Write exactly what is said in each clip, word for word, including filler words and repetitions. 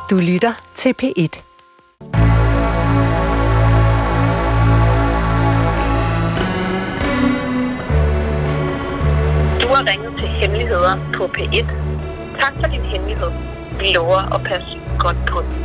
Du lytter til P et. Du har ringet til Hemmeligheder på P et. Tak for din hemmelighed. Vi lover at passe godt på den.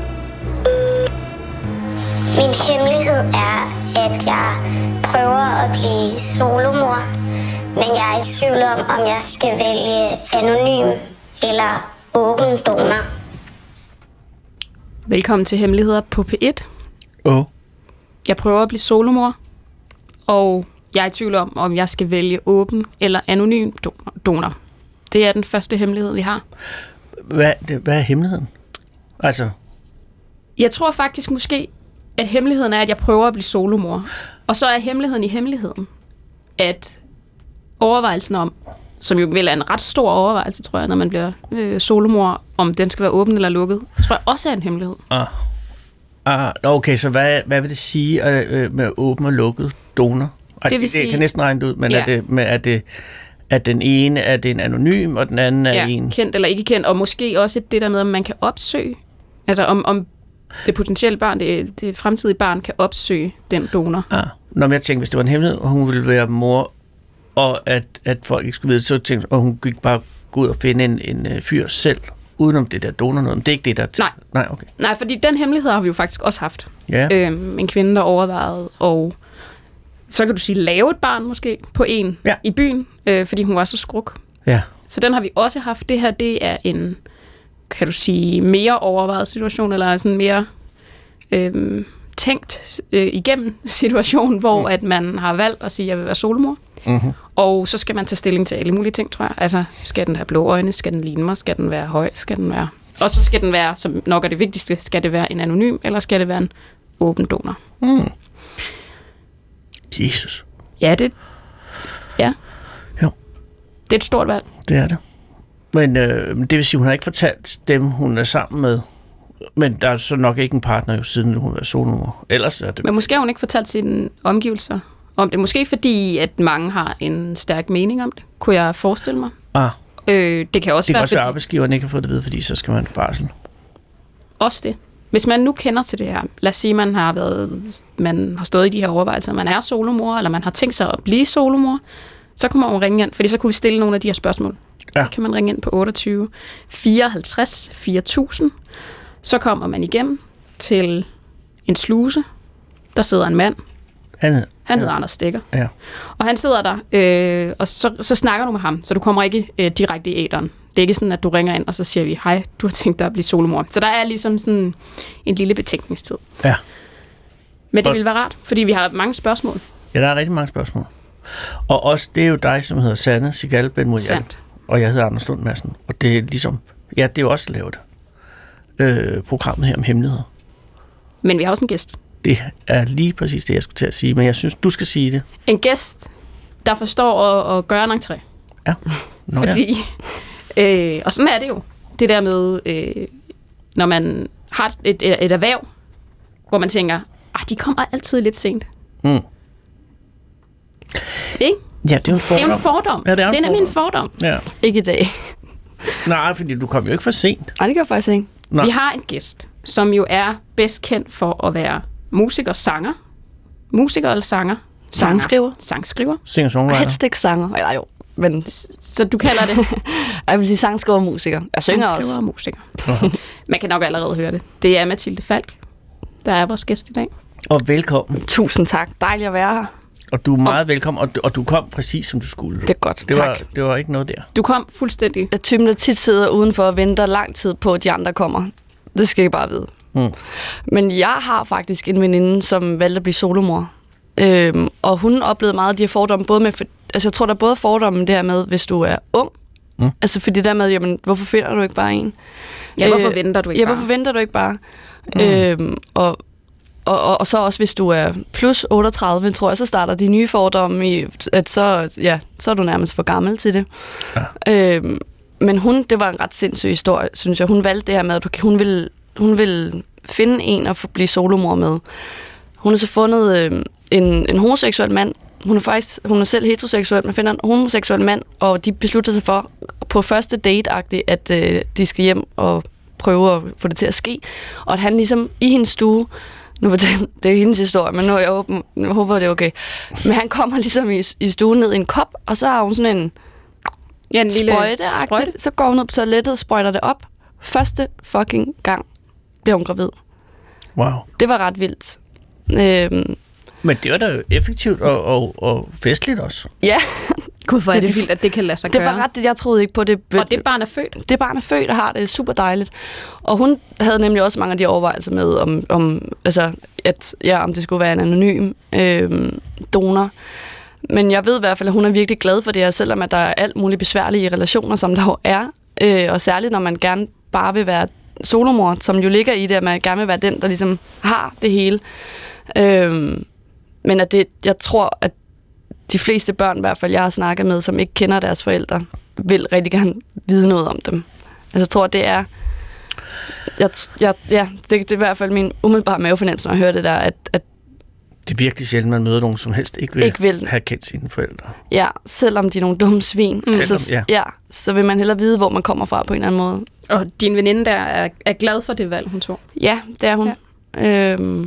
Min hemmelighed er, at jeg prøver at blive solomor, men jeg er i tvivl om, om jeg skal vælge anonym eller åben donor. Velkommen til Hemmeligheder på P et. Oh. Jeg prøver at blive solomor, og jeg er i tvivl om, om jeg skal vælge åben eller anonym donor. Det er den første hemmelighed, vi har. Hvad, det, hvad er hemmeligheden? Altså... Jeg tror faktisk måske, at hemmeligheden er, at jeg prøver at blive solomor. Og så er hemmeligheden i hemmeligheden, at overvejelsen om, som jo vel er en ret stor overvejelse, tror jeg, når man bliver øh, solomor, om den skal være åben eller lukket, tror jeg også er en hemmelighed. Ah. Ah, okay, så hvad, hvad vil det sige øh, med åben og lukket donor? Altså, det, vil sige, det kan næsten regne det ud, men ja. er, det, med, er, det, er den ene er det en anonym, og den anden er ja, en... kendt eller ikke kendt, og måske også det der med, om man kan opsøge, altså om, om det potentielle barn, det, det fremtidige barn, kan opsøge den donor. Ah, når jeg tænkte, hvis det var en hemmelighed, og hun ville være mor, og at, at folk ikke skulle vide, så tænkte jeg, og hun gik bare gå ud og finde en, en uh, fyr selv, udenom det der donor noget. Men det er ikke det, der... T- Nej. Nej, okay. Nej, fordi den hemmelighed har vi jo faktisk også haft. Ja. Øhm, en kvinde, der overvejede, og så kan du sige, lave et barn måske på en ja. i byen, øh, fordi hun var så skruk. Ja. Så den har vi også haft. Det her, det er en, kan du sige, mere overvejet situation, eller sådan mere øh, tænkt øh, igennem situation, hvor mm. at man har valgt at sige, at jeg vil være solomor. Mm-hmm. Og så skal man tage stilling til alle mulige ting, tror jeg. Altså, skal den have blå øjne? Skal den ligne mig? Skal den være høj? Skal den være... Og så skal den være, som nok er det vigtigste, skal det være en anonym, eller skal det være en åben donor? Mm. Jesus. Ja, det... Ja. Jo. Det er et stort valg. Det er det. Men øh, det vil sige, hun har ikke fortalt dem, hun er sammen med. Men der er så nok ikke en partner, jo, siden hun var solomor. Ellers er det... Men måske har hun ikke fortalt sine omgivelser om det. Måske fordi, at mange har en stærk mening om det. Kunne jeg forestille mig. Ah. Øh, det kan også det kan være, også fordi... være, arbejdsgiveren ikke har fået det ved, fordi så skal man på barsel. Også det. Hvis man nu kender til det her, lad os sige, man har været, man har stået i de her overvejelser, man er solomor, eller man har tænkt sig at blive solomor, så kunne man jo ringe ind, fordi så kunne vi stille nogle af de her spørgsmål. Ja. Så kan man ringe ind på otteogtyve fireoghalvtreds fire tusind. Så kommer man igennem til en sluse. Der sidder en mand. Han hedder, han hedder ja. Anders Stikker. Ja. Og han sidder der, øh, og så, så snakker du med ham, så du kommer ikke øh, direkte i æteren. Det er ikke sådan, at du ringer ind, og så siger vi, hej, du har tænkt dig at blive solomor. Så der er ligesom sådan en lille betænkningstid. Ja. Men det vil være rart, fordi vi har mange spørgsmål. Ja, der er rigtig mange spørgsmål. Og også, det er jo dig, som hedder Sanne Sigal Ben-Muriel. Og jeg hedder Anders Lund Madsen. Og det er ligesom, ja, det er jo også lavet øh, programmet her om hemmeligheder. Men vi har også en gæst. Det er lige præcis det, jeg skulle til at sige, men jeg synes, du skal sige det. En gæst, der forstår at, at gøre en entré. Ja. Nå, fordi, ja. øh, og sådan er det jo. Det der med, øh, når man har et, et, et erhverv, hvor man tænker, ah, de kommer altid lidt sent. Mm. Ikke? Ja, det er en fordom. Det er en fordom. Ja, det er, det er en nemlig en fordom. Ja. Ikke i dag. Nej, fordi du kom jo ikke for sent. Nej, det gør jeg faktisk ikke. Nej. Vi har en gæst, som jo er bedst kendt for at være musiker, sanger. Musiker eller sanger? Sanger. Sangskriver. Sangskriver. Singer-songwriter. Helst ikke sanger. Eller jo, men... Så du kalder det? Jeg vil sige sangskriver og musiker. Jeg synger også. Sangskriver og musiker. Uh-huh. Man kan nok allerede høre det. Det er Mathilde Falk, der er vores gæst i dag. Og velkommen. Tusind tak. Dejligt at være her. Og du er meget og, velkommen, og du, og du kom præcis, som du skulle. Det er godt, det tak. Var, det var ikke noget der. Du kom fuldstændig. Jeg typen, der tit sidder udenfor og venter lang tid på, at de andre kommer. Det skal I bare vide. Mm. Men jeg har faktisk en veninde, som valgte at blive solomor. Øhm, og hun oplevede meget af de her fordomme, både med, altså jeg tror, der er både fordomme det her med, hvis du er ung, mm. altså fordi der med, jamen, hvorfor finder du ikke bare en? Ja, hvorfor øh, venter du ikke ja, bare? Ja, hvorfor venter du ikke bare? Mm. Øhm, og Og, og, og så også, hvis du er plus otteogtredive, tror jeg, så starter de nye fordomme i, at så, ja, så er du nærmest for gammel til det. Ja. Øhm, men hun, det var en ret sindssyg historie, synes jeg. Hun valgte det her med, at hun ville, hun ville finde en at blive solomor med. Hun har så fundet øh, en, en homoseksuel mand. Hun er faktisk, hun er selv heteroseksuel, men finder en homoseksuel mand, og de beslutter sig for, på første date-agtigt, at øh, de skal hjem og prøve at få det til at ske. Og at han ligesom i hendes stue, nu fortæller det er hendes historie, men nu er jeg åben, nu håber jeg, det er okay. Men han kommer ligesom i, i stuen ned i en kop, og så har hun sådan en, ja, en lille sprøjte, sprøjte. Så går hun ud på toilettet og sprøjter det op. Første fucking gang bliver hun gravid. Wow. Det var ret vildt. Øhm, Men det var da jo effektivt og, og, og festligt også. ja. Gud, hvor er det vildt, at det kan lade sig Det gøre. var ret, jeg troede ikke på det. Og det barn er født? Det barn er født og har det super dejligt. Og hun havde nemlig også mange af de overvejelser med, om, om, altså, at, ja, om det skulle være en anonym øh, donor. Men jeg ved i hvert fald, at hun er virkelig glad for det her, selvom at der er alt muligt besværlige i relationer, som der jo er. Øh, og særligt, når man gerne bare vil være solomor, som jo ligger i det, at man gerne vil være den, der ligesom har det hele. Øh, men at det, jeg tror, at de fleste børn, i hvert fald jeg har snakket med, som ikke kender deres forældre, vil rigtig gerne vide noget om dem. Altså jeg tror, det er... Jeg, jeg, ja, det, det er i hvert fald min umiddelbare mavefornemmelse, når jeg hører det der, at, at det er virkelig sjældent, man møder nogen, som helst ikke vil, ikke vil have kendt sine forældre. Ja, selvom de er nogle dumme svin. Mm. Selvom, så, ja. ja, så vil man hellere vide, hvor man kommer fra på en eller anden måde. Og din veninde der er, er glad for det valg, hun tog? Ja, det er hun. Ja. Øhm,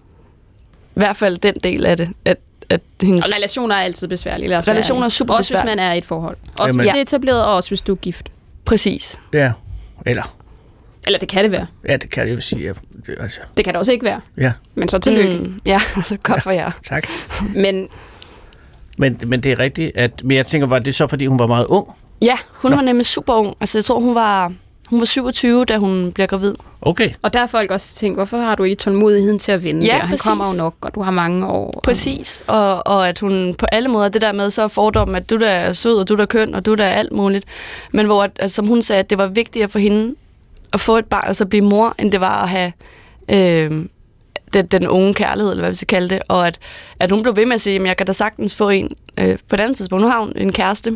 I hvert fald den del af det. At, at hendes og relationer er altid besværlige. Relationer er super Også besværlige. hvis man er i et forhold. Også Jamen. hvis det er etableret, og også hvis du er gift. Præcis. Ja, eller... Eller det kan det være. Ja, det kan det jo sige. Ja, det, altså. Det kan det også ikke være. Ja. Men så tillykke. Mm, ja, godt for jer. Tak. Men, men, men det er rigtigt, at... Men jeg tænker, var det så, fordi hun var meget ung? Ja, hun Nå. var nemlig super ung. Altså, jeg tror, hun var, hun var syvogtyve, da hun bliver gravid. Okay. Og der har folk også tænkt, hvorfor har du ikke tålmodigheden til at vinde Ja, der? Han præcis. kommer jo nok, og du har mange år. Præcis, og, og at hun på alle måder, det der med så fordommen, at du der er sød, og du der er køn, og du der er alt muligt. Men hvor, at, at, som hun sagde, at det var vigtigere for hende at få et barn, altså blive mor, end det var at have øh, den, den unge kærlighed, eller hvad vi skal kalde det. Og at, at hun blev ved med at sige, at jeg kan da sagtens få en øh, på et andet tidspunkt. Nu har hun en kæreste.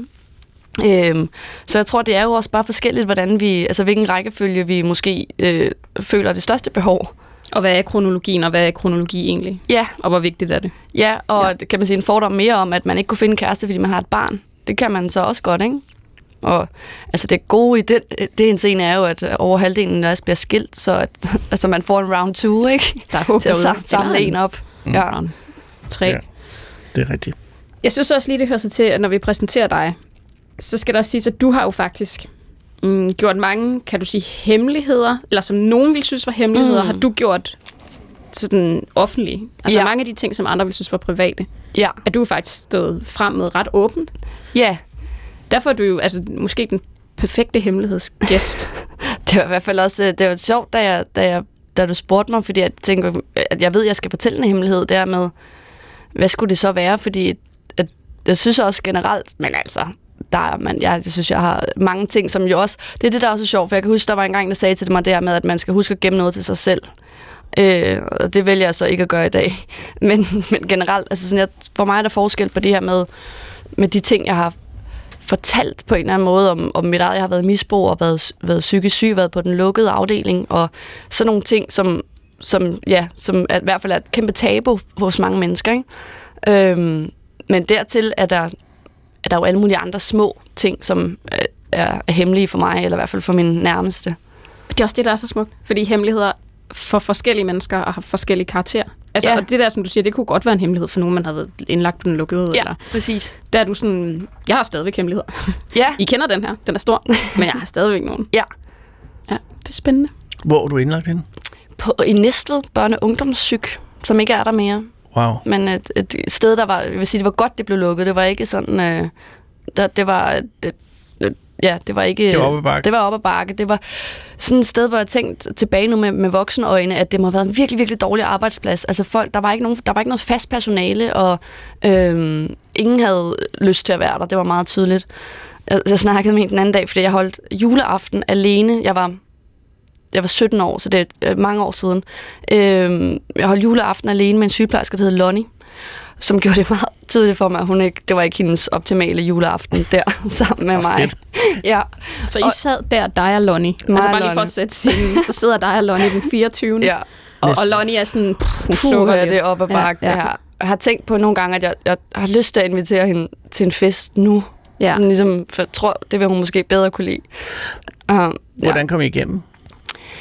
Øh, så jeg tror, det er jo også bare forskelligt, hvordan vi, altså hvilken rækkefølge vi måske øh, føler det største behov. Og hvad er kronologien, og hvad er kronologi egentlig? Ja. Og hvor vigtigt er det? Ja, og Ja. det kan man sige en fordom mere om, at man ikke kunne finde en kæreste, fordi man har et barn. Det kan man så også godt, ikke? Og altså det gode i det, det en scene er jo, at over halvdelen af os bliver skilt, så at, altså man får en round two, ikke? Der er håb til at derude. sam- samle Eller en op. Mm. Ja. Tre. Ja, det er rigtigt. Jeg synes også lige, det hører sig til, at når vi præsenterer dig, så skal der også siges, at du har jo faktisk mm, gjort mange, kan du sige, hemmeligheder, eller som nogen ville synes var hemmeligheder, mm. har du gjort sådan offentlige. Altså Ja. mange af de ting, som andre ville synes var private, Ja. at du faktisk stået frem med ret åbent. Ja. Derfor er du jo altså, måske den perfekte hemmelighedsgæst. Det var i hvert fald også, det var sjovt, da, jeg, da, jeg, da du spurgte mig, fordi jeg tænkte, at jeg ved, at jeg skal fortælle en hemmelighed der med, hvad skulle det så være? Fordi at, jeg synes også generelt, men altså, der er man, jeg, jeg synes, jeg har mange ting, som jo også, det er det, der er også sjovt, for jeg kan huske, der var en gang, der sagde til mig der med, at man skal huske at gemme noget til sig selv. Øh, og det vælger jeg så ikke at gøre i dag. Men, men generelt, altså sådan, jeg, for mig er der forskel på det her med, med de ting, jeg har fortalt på en eller anden måde om, om mit eget. Jeg har været misbrug og været, været psykisk syg, været på den lukkede afdeling, og sådan nogle ting, som, som, ja, som er, i hvert fald er et kæmpe tabu hos mange mennesker. Ikke? Øhm, men dertil er der, er der jo alle mulige andre små ting, som er, er hemmelige for mig, eller i hvert fald for min nærmeste. Det er også det, der er så smukt, fordi hemmeligheder for forskellige mennesker og har forskellige karakterer. Altså, Ja. og det der, som du siger, det kunne godt være en hemmelighed for nogen, man havde været indlagt på den lukkede. Ja, eller, præcis. der er du sådan, jeg har stadigvæk hemmeligheder. Ja. I kender den her, den er stor, men jeg har stadigvæk nogen. Ja. Ja, det er spændende. Hvor er du indlagt henne? På, I Næstved, børne- og ungdomssyg, som ikke er der mere. Wow. Men et, et sted, der var, jeg vil sige, det var godt, det blev lukket. Det var ikke sådan, øh, der, det var, det, ja, det var ikke... Det var op ad bakke. Det var op ad bakke. Det var sådan et sted, hvor jeg tænkte tilbage nu med, med voksenøjne, at det må have været en virkelig, virkelig dårlig arbejdsplads. Altså folk, der var ikke nogen, der var ikke noget fast personale, og øh, ingen havde lyst til at være der. Det var meget tydeligt. Jeg, jeg snakkede med en den anden dag, fordi jeg holdt juleaften alene. Jeg var Jeg var sytten år, så det er mange år siden. Øh, jeg holdt juleaften alene med en sygeplejerske, der hed Lonnie, som gjorde det meget tydeligt for mig, at hun ikke, det var ikke hendes optimale juleaften der sammen med mig. Fedt. Ja. Så I Og- sad der, dig og Lonnie. Mig Altså og bare lige for Lonnie. at sætte scenen, så sidder dig og Lonnie den fireogtyvende Ja. Og, og Lonnie er sådan, pff, hun Puh, sukker er lidt. det op ad bakke, Ja, det ja. her. Jeg har tænkt på nogle gange, at jeg, jeg har lyst til at invitere hende til en fest nu. Ja. Sådan ligesom, for jeg tror, det vil hun måske bedre kunne lide. Uh, Hvordan kom I igennem?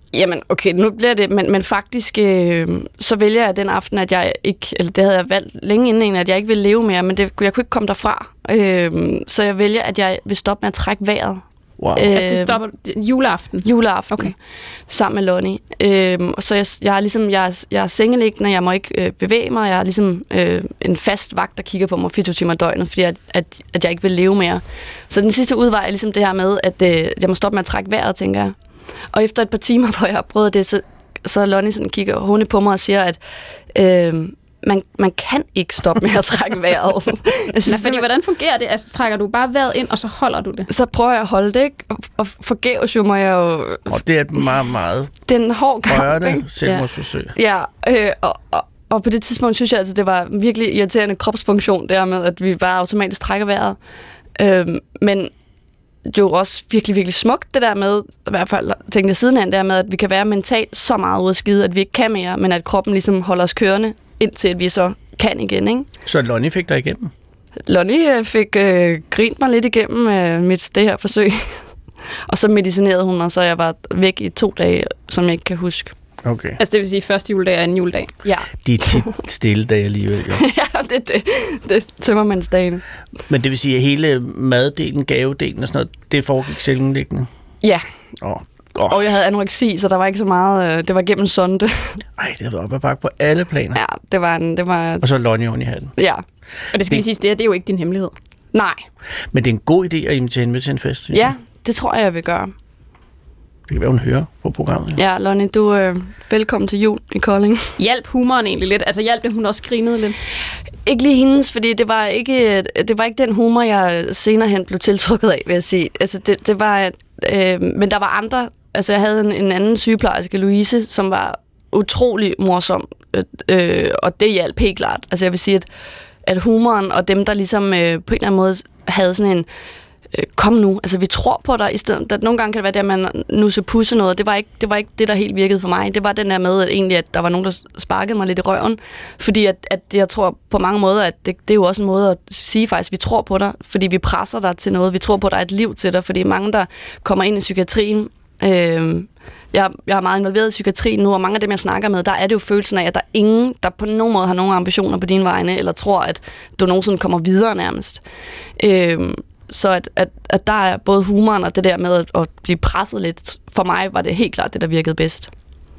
Jamen, okay, nu bliver det, men, men faktisk, øh, så vælger jeg den aften, at jeg ikke, eller det havde jeg valgt længe inden, at jeg ikke ville leve mere, men det, jeg kunne ikke komme derfra. Øh, så jeg vælger, at jeg vil stoppe med at trække vejret. Wow. Øh, altså det stopper juleaften? Juleaften, okay. Sammen med Lonnie. Øh, og så jeg, jeg er ligesom, jeg er, jeg er sengeliggende, jeg må ikke øh, bevæge mig, jeg er ligesom øh, en fast vagt, der kigger på mig fireogtyve timer i døgnet, fordi at, at, at jeg ikke vil leve mere. Så den sidste udvej er ligesom det her med, at øh, jeg må stoppe med at trække vejret, tænker jeg. Og efter et par timer, hvor jeg har prøvet det, så, så Lonnie sådan kigger hunde på mig og siger, at øh, man, man kan ikke stoppe med at trække vejret. altså, Nej, fordi hvordan fungerer det? Altså, trækker du bare vejret ind, og så holder du det? Så prøver jeg at holde det, ikke? Og, og forgæves jo må jeg jo... Og det er et meget, meget... Den hård kamp, ikke? selvmordsforsøg. Ja, øh, og, og, og på det tidspunkt synes jeg, altså, det var virkelig irriterende kropsfunktion, der med, at vi bare automatisk trækker vejret. Øh, men det er jo også virkelig, virkelig smukt, det der med, i hvert fald tænkte jeg sidenhen, der med, at vi kan være mentalt så meget ude af skide, at vi ikke kan mere, men at kroppen ligesom holder os kørende, indtil at vi så kan igen, ikke? Så Lonnie fik dig igennem? Lonnie fik øh, grint mig lidt igennem øh, mit det her forsøg, og så medicinerede hun mig, så jeg var væk i to dage, som jeg ikke kan huske. Okay. Altså det vil sige første juledag og anden juledag? Ja. De er tit stille dage alligevel, jo. ja, det, det, det tømmermandsdagene. Men det vil sige, at hele maddelen, gavedelen og sådan noget, det foregik selvindlæggende? Ja. Åh. Oh. Og jeg havde anoreksi, så der var ikke så meget... Øh, det var gennem sonde. Ej, det havde været op ad bakke på alle planer. Ja, det var en... Det var... Og så Lonnie oven i hatten. Ja. Og det skal lige siges, det, det er jo ikke din hemmelighed. Nej. Men det er en god idé at invitere hende med til en fest, synes Ja, jeg. det tror jeg, jeg vil gøre. Det kan være, hun hører på programmet. Ja, Lonnie, du er øh, velkommen til jul i Kolding. Hjalp humoren egentlig lidt? Altså hjalp det, hun også grinede lidt? Ikke lige hendes, fordi det var ikke, det var ikke den humor, jeg senere hen blev tiltrukket af, vil jeg sige. Altså, det, det var... Øh, men der var andre... Altså, jeg havde en, en anden sygeplejerske, Louise, som var utrolig morsom, øh, øh, og det hjalp helt klart. Altså, jeg vil sige, at, at humoren og dem, der ligesom øh, på en eller anden måde havde sådan en øh, kom nu, altså vi tror på dig, i stedet, at nogle gange kan det være det, at man nusse pusse noget, det var, ikke, det var ikke det, der helt virkede for mig. Det var den der med, at egentlig, at der var nogen, der sparkede mig lidt i røven, fordi at, at jeg tror på mange måder, at det, det er jo også en måde at sige faktisk, vi tror på dig, fordi vi presser dig til noget, vi tror på, at der er et liv til dig, fordi mange, der kommer ind i psykiatrien, Øh, jeg, jeg er meget involveret i psykiatrien nu, og mange af dem, jeg snakker med, der er det jo følelsen af, at der er ingen, der på nogen måde har nogen ambitioner på dine vegne, eller tror, at du nogensinde kommer videre nærmest. Øh, så at, at, at der er både humoren og det der med at, at blive presset lidt, for mig var det helt klart det, der virkede bedst.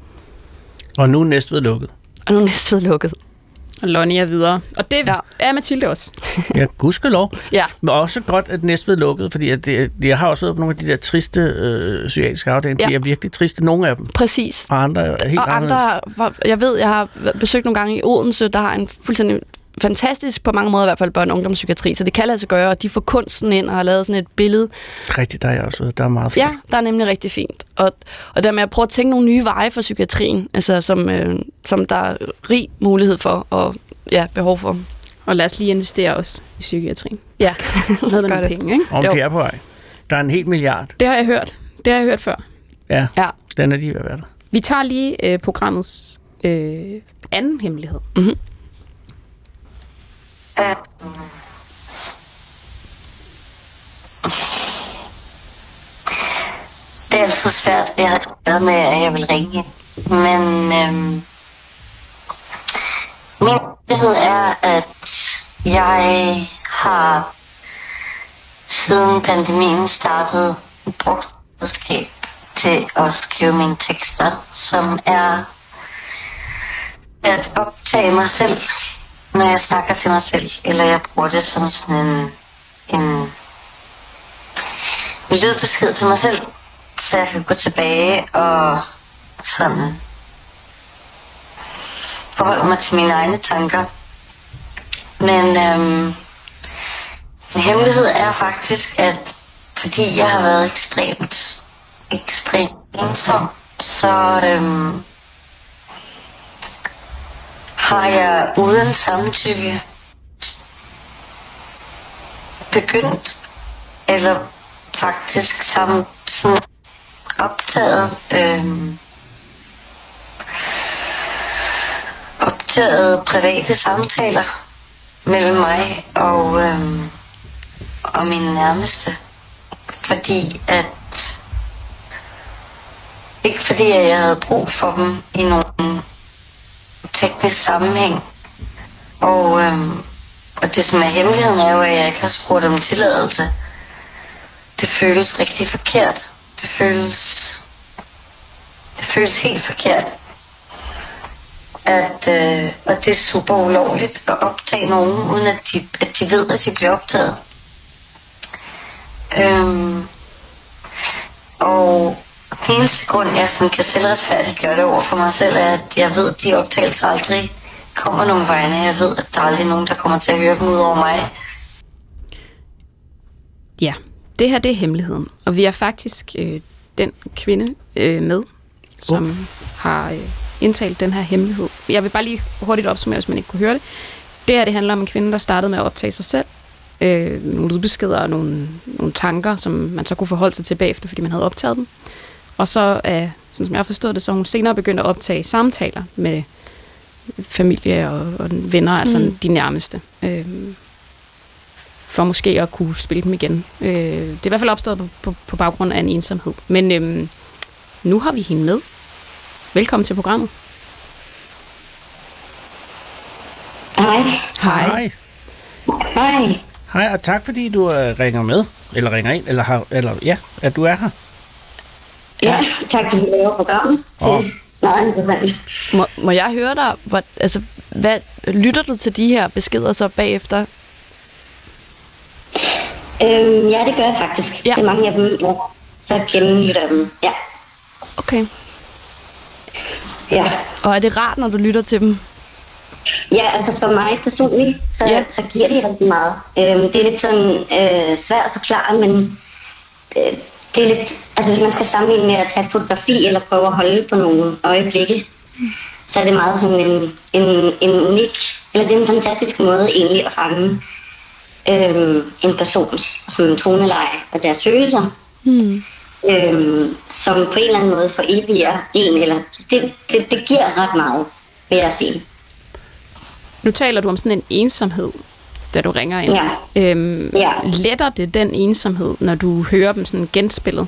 Og nu er Næstved lukket. Og nu er Næstved lukket. Og Lonnie er videre. Og det ja. er Mathilde også. Ja, gudskelov. Ja. Men også godt, at Næstved lukket, fordi at det, jeg har også været på nogle af de der triste øh, psykiatriske afdelinger. Ja. De er virkelig triste, nogle af dem. Præcis. Og andre er helt og andre, jeg ved, jeg har besøgt nogle gange i Odense, der har en fuldstændig fantastisk, på mange måder i hvert fald, børne- og ungdomspsykiatri, så det kan lade sig gøre, og de får kunsten ind og har lavet sådan et billede. Rigtigt, der er jeg også ved. Der er meget fint. Ja, der er nemlig rigtig fint. Og, og der med at prøve at tænke nogle nye veje for psykiatrien, altså som, øh, som der er rig mulighed for, og ja, behov for. Og lad os lige investere os i psykiatrien. Ja, med nogle penge, ikke? Om det er på vej. Der er en helt milliard. Det har jeg hørt. Det har jeg hørt før. Ja, ja. Den er lige ved at være der. Vi tager lige øh, programmets øh, anden hemmelighed. Mm-hmm. Det er altid svært, jeg har været med, at jeg vil ringe. Men øhm, min mulighed er, at jeg har siden pandemien startede brugt redskab til at skrive mine tekster, som er at optage mig selv, når jeg snakker til mig selv, eller jeg bruger det som sådan en, en lydbesked til mig selv, så jeg kan gå tilbage og sådan forholde mig til mine egne tanker. Men øhm, en hemmelighed er faktisk, at fordi jeg har været ekstremt, ekstremt ensom, så øhm, har jeg uden samtykke begyndt, eller faktisk sammen optaget, øhm, optaget private samtaler mellem mig og, øhm, og mine nærmeste. Fordi at, ikke fordi jeg havde brug for dem i nogle teknisk sammenhæng. Og, øhm, og det som er hemmeligheden er jo, at jeg ikke har spurgt om tilladelse. Det føles rigtig forkert. Det føles, det føles helt forkert. At, øh, og det er super ulovligt at optage nogen, uden at de, at de ved, at de bliver optaget. Øhm, og den eneste grund, jeg sådan kan selvretfærdiggøre det over for mig selv, er, at jeg ved, at de optagelser aldrig kommer nogen vegne. Jeg ved, at der er aldrig nogen, der kommer til at høre dem ud over mig. Ja, det her det er hemmeligheden. Og vi er faktisk øh, den kvinde øh, med, som uh. har øh, indtalt den her hemmelighed. Jeg vil bare lige hurtigt opsummere, hvis man ikke kunne høre det. Det her det handler om en kvinde, der startede med at optage sig selv. Øh, nogle lydbeskeder og nogle, nogle tanker, som man så kunne forholde sig til bagefter, fordi man havde optaget dem. Og så, øh, sådan som jeg har forstået det, så hun senere begyndte at optage samtaler med familie og, og venner, altså mm. de nærmeste. Øh, for måske at kunne spille dem igen. Øh, det er i hvert fald opstået på, på, på baggrund af en ensomhed. Men øh, nu har vi hende med. Velkommen til programmet. Hej. Hej. Hej. Hej, og tak fordi du uh, ringer med, eller ringer ind, eller, har, eller ja, at du er her. Ja, tak fordi du laver programmet. Oh. Nej, det er må, må jeg høre dig, hvad, altså, hvad, lytter du til de her beskeder så bagefter? Øhm, ja, det gør jeg faktisk. Ja. Det er mange af dem, ja. Så jeg gennemlytter dem, ja. Okay. Ja. Og er det rart, når du lytter til dem? Ja, altså for mig personligt, så, ja. så giver det rigtig meget. Øhm, det er lidt sådan øh, svært at forklare, men øh, det er lidt, altså hvis man skal sammenligne med at tage fotografi eller prøve at holde på nogle øjeblikke, så er det meget sådan en, en, en unik, eller det er en fantastisk måde egentlig at fange øhm, en persons sådan toneleje og deres følelser, hmm. øhm, som på en eller anden måde foreviger en, eller det, det, det giver ret meget, vil jeg sige. Nu taler du om sådan en ensomhed, da du ringer ind. Ja. Øhm, ja. Letter det den ensomhed, når du hører dem sådan genspillet?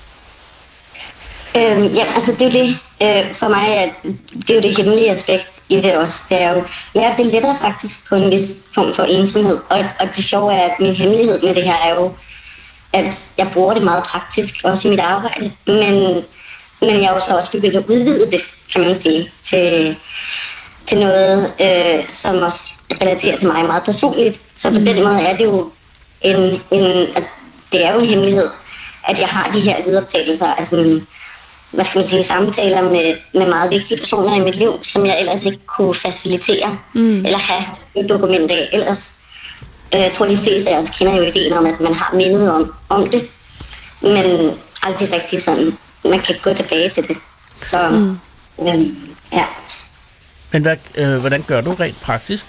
Øhm, ja, altså det er det. Øh, for mig er det er jo det hemmelige aspekt i det også. Det er jo, ja, det letter faktisk på en vis form for ensomhed. Og, og det sjove er, at min hemmelighed med det her er jo, at jeg bruger det meget praktisk, også i mit arbejde. Men, men jeg er jo så også begyndt at udvide det, kan man sige, til... til noget, øh, som også relaterer til mig meget personligt. Så på mm. den måde er det jo en, en, altså, det er jo en hemmelighed, at jeg har de her lydoptagelser, altså, hvad skal man sige, samtaler med, med meget vigtige personer i mit liv, som jeg ellers ikke kunne facilitere, mm. eller have et dokument af. Ellers øh, jeg tror, de fleste af os kender jo ideen om, at man har mindet om, om det, men aldrig rigtig sådan, man kan gå tilbage til det. Så, mm. øh, ja. Men hvad, øh, hvordan gør du rent praktisk?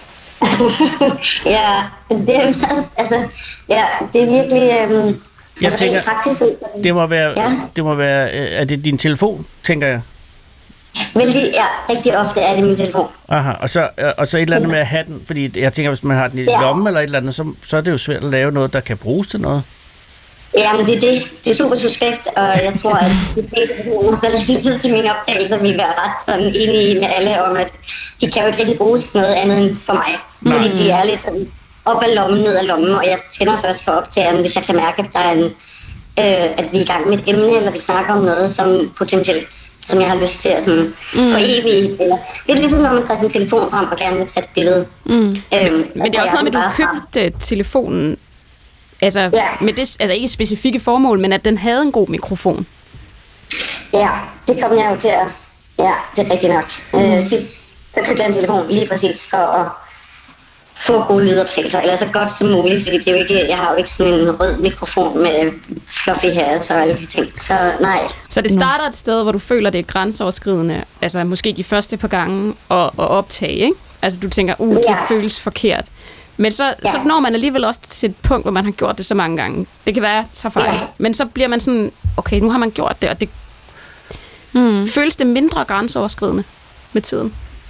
ja, det er altså, ja, det er virkelig øh, jeg altså, tænker, praktisk. Det må være, ja. det må være, øh, er det din telefon, tænker jeg? Vældig, ja, rigtig ofte er det min telefon. Aha, og så, øh, og så et eller andet med at have den, fordi jeg tænker, hvis man har den i ja. lommen eller et eller andet, så, så er det jo svært at lave noget, der kan bruges til noget. Ja, men det er det. Det er super suspekt, og jeg tror, at de fleste personer, der lytter til mine optagelser, vil være ret sådan enige med alle om, at de kan jo ikke rigtig bruges til noget andet end for mig. Nej. Fordi de er lidt sådan op ad lommen, ned ad lommen, og jeg tænder først for optageren, hvis jeg kan mærke, at der er en, øh, at vi er i gang med et emne, eller vi snakker om noget, som potentielt, som jeg har lyst til at sådan, mm. for evigt. Eller, det er ligesom, når man tager sin telefon frem og gerne vil tage et billede. Mm. Øhm, Men det er også noget med, at du købte telefonen. Altså, ja. med det, altså ikke specifikke formål, men at den havde en god mikrofon. Ja, det kom jeg jo til at... Ja, det er rigtigt nok. Mm. Øh, sidst, jeg købte en telefon lige præcis for at få gode lydoptagelser, eller så godt som muligt, fordi det er jo ikke, jeg har jo ikke sådan en rød mikrofon med fluffy her, så alle de ting. Så nej. Så det starter et sted, hvor du føler, det er grænseoverskridende, altså måske de første par gange at, at optage, ikke? Altså du tænker, uh, det ja. føles forkert. Men så, ja. så når man alligevel også til et punkt, hvor man har gjort det så mange gange. Det kan være, at jeg tager fejl. Ja. Men så bliver man sådan, okay, nu har man gjort det, og det mm. føles det mindre grænseoverskridende med tiden?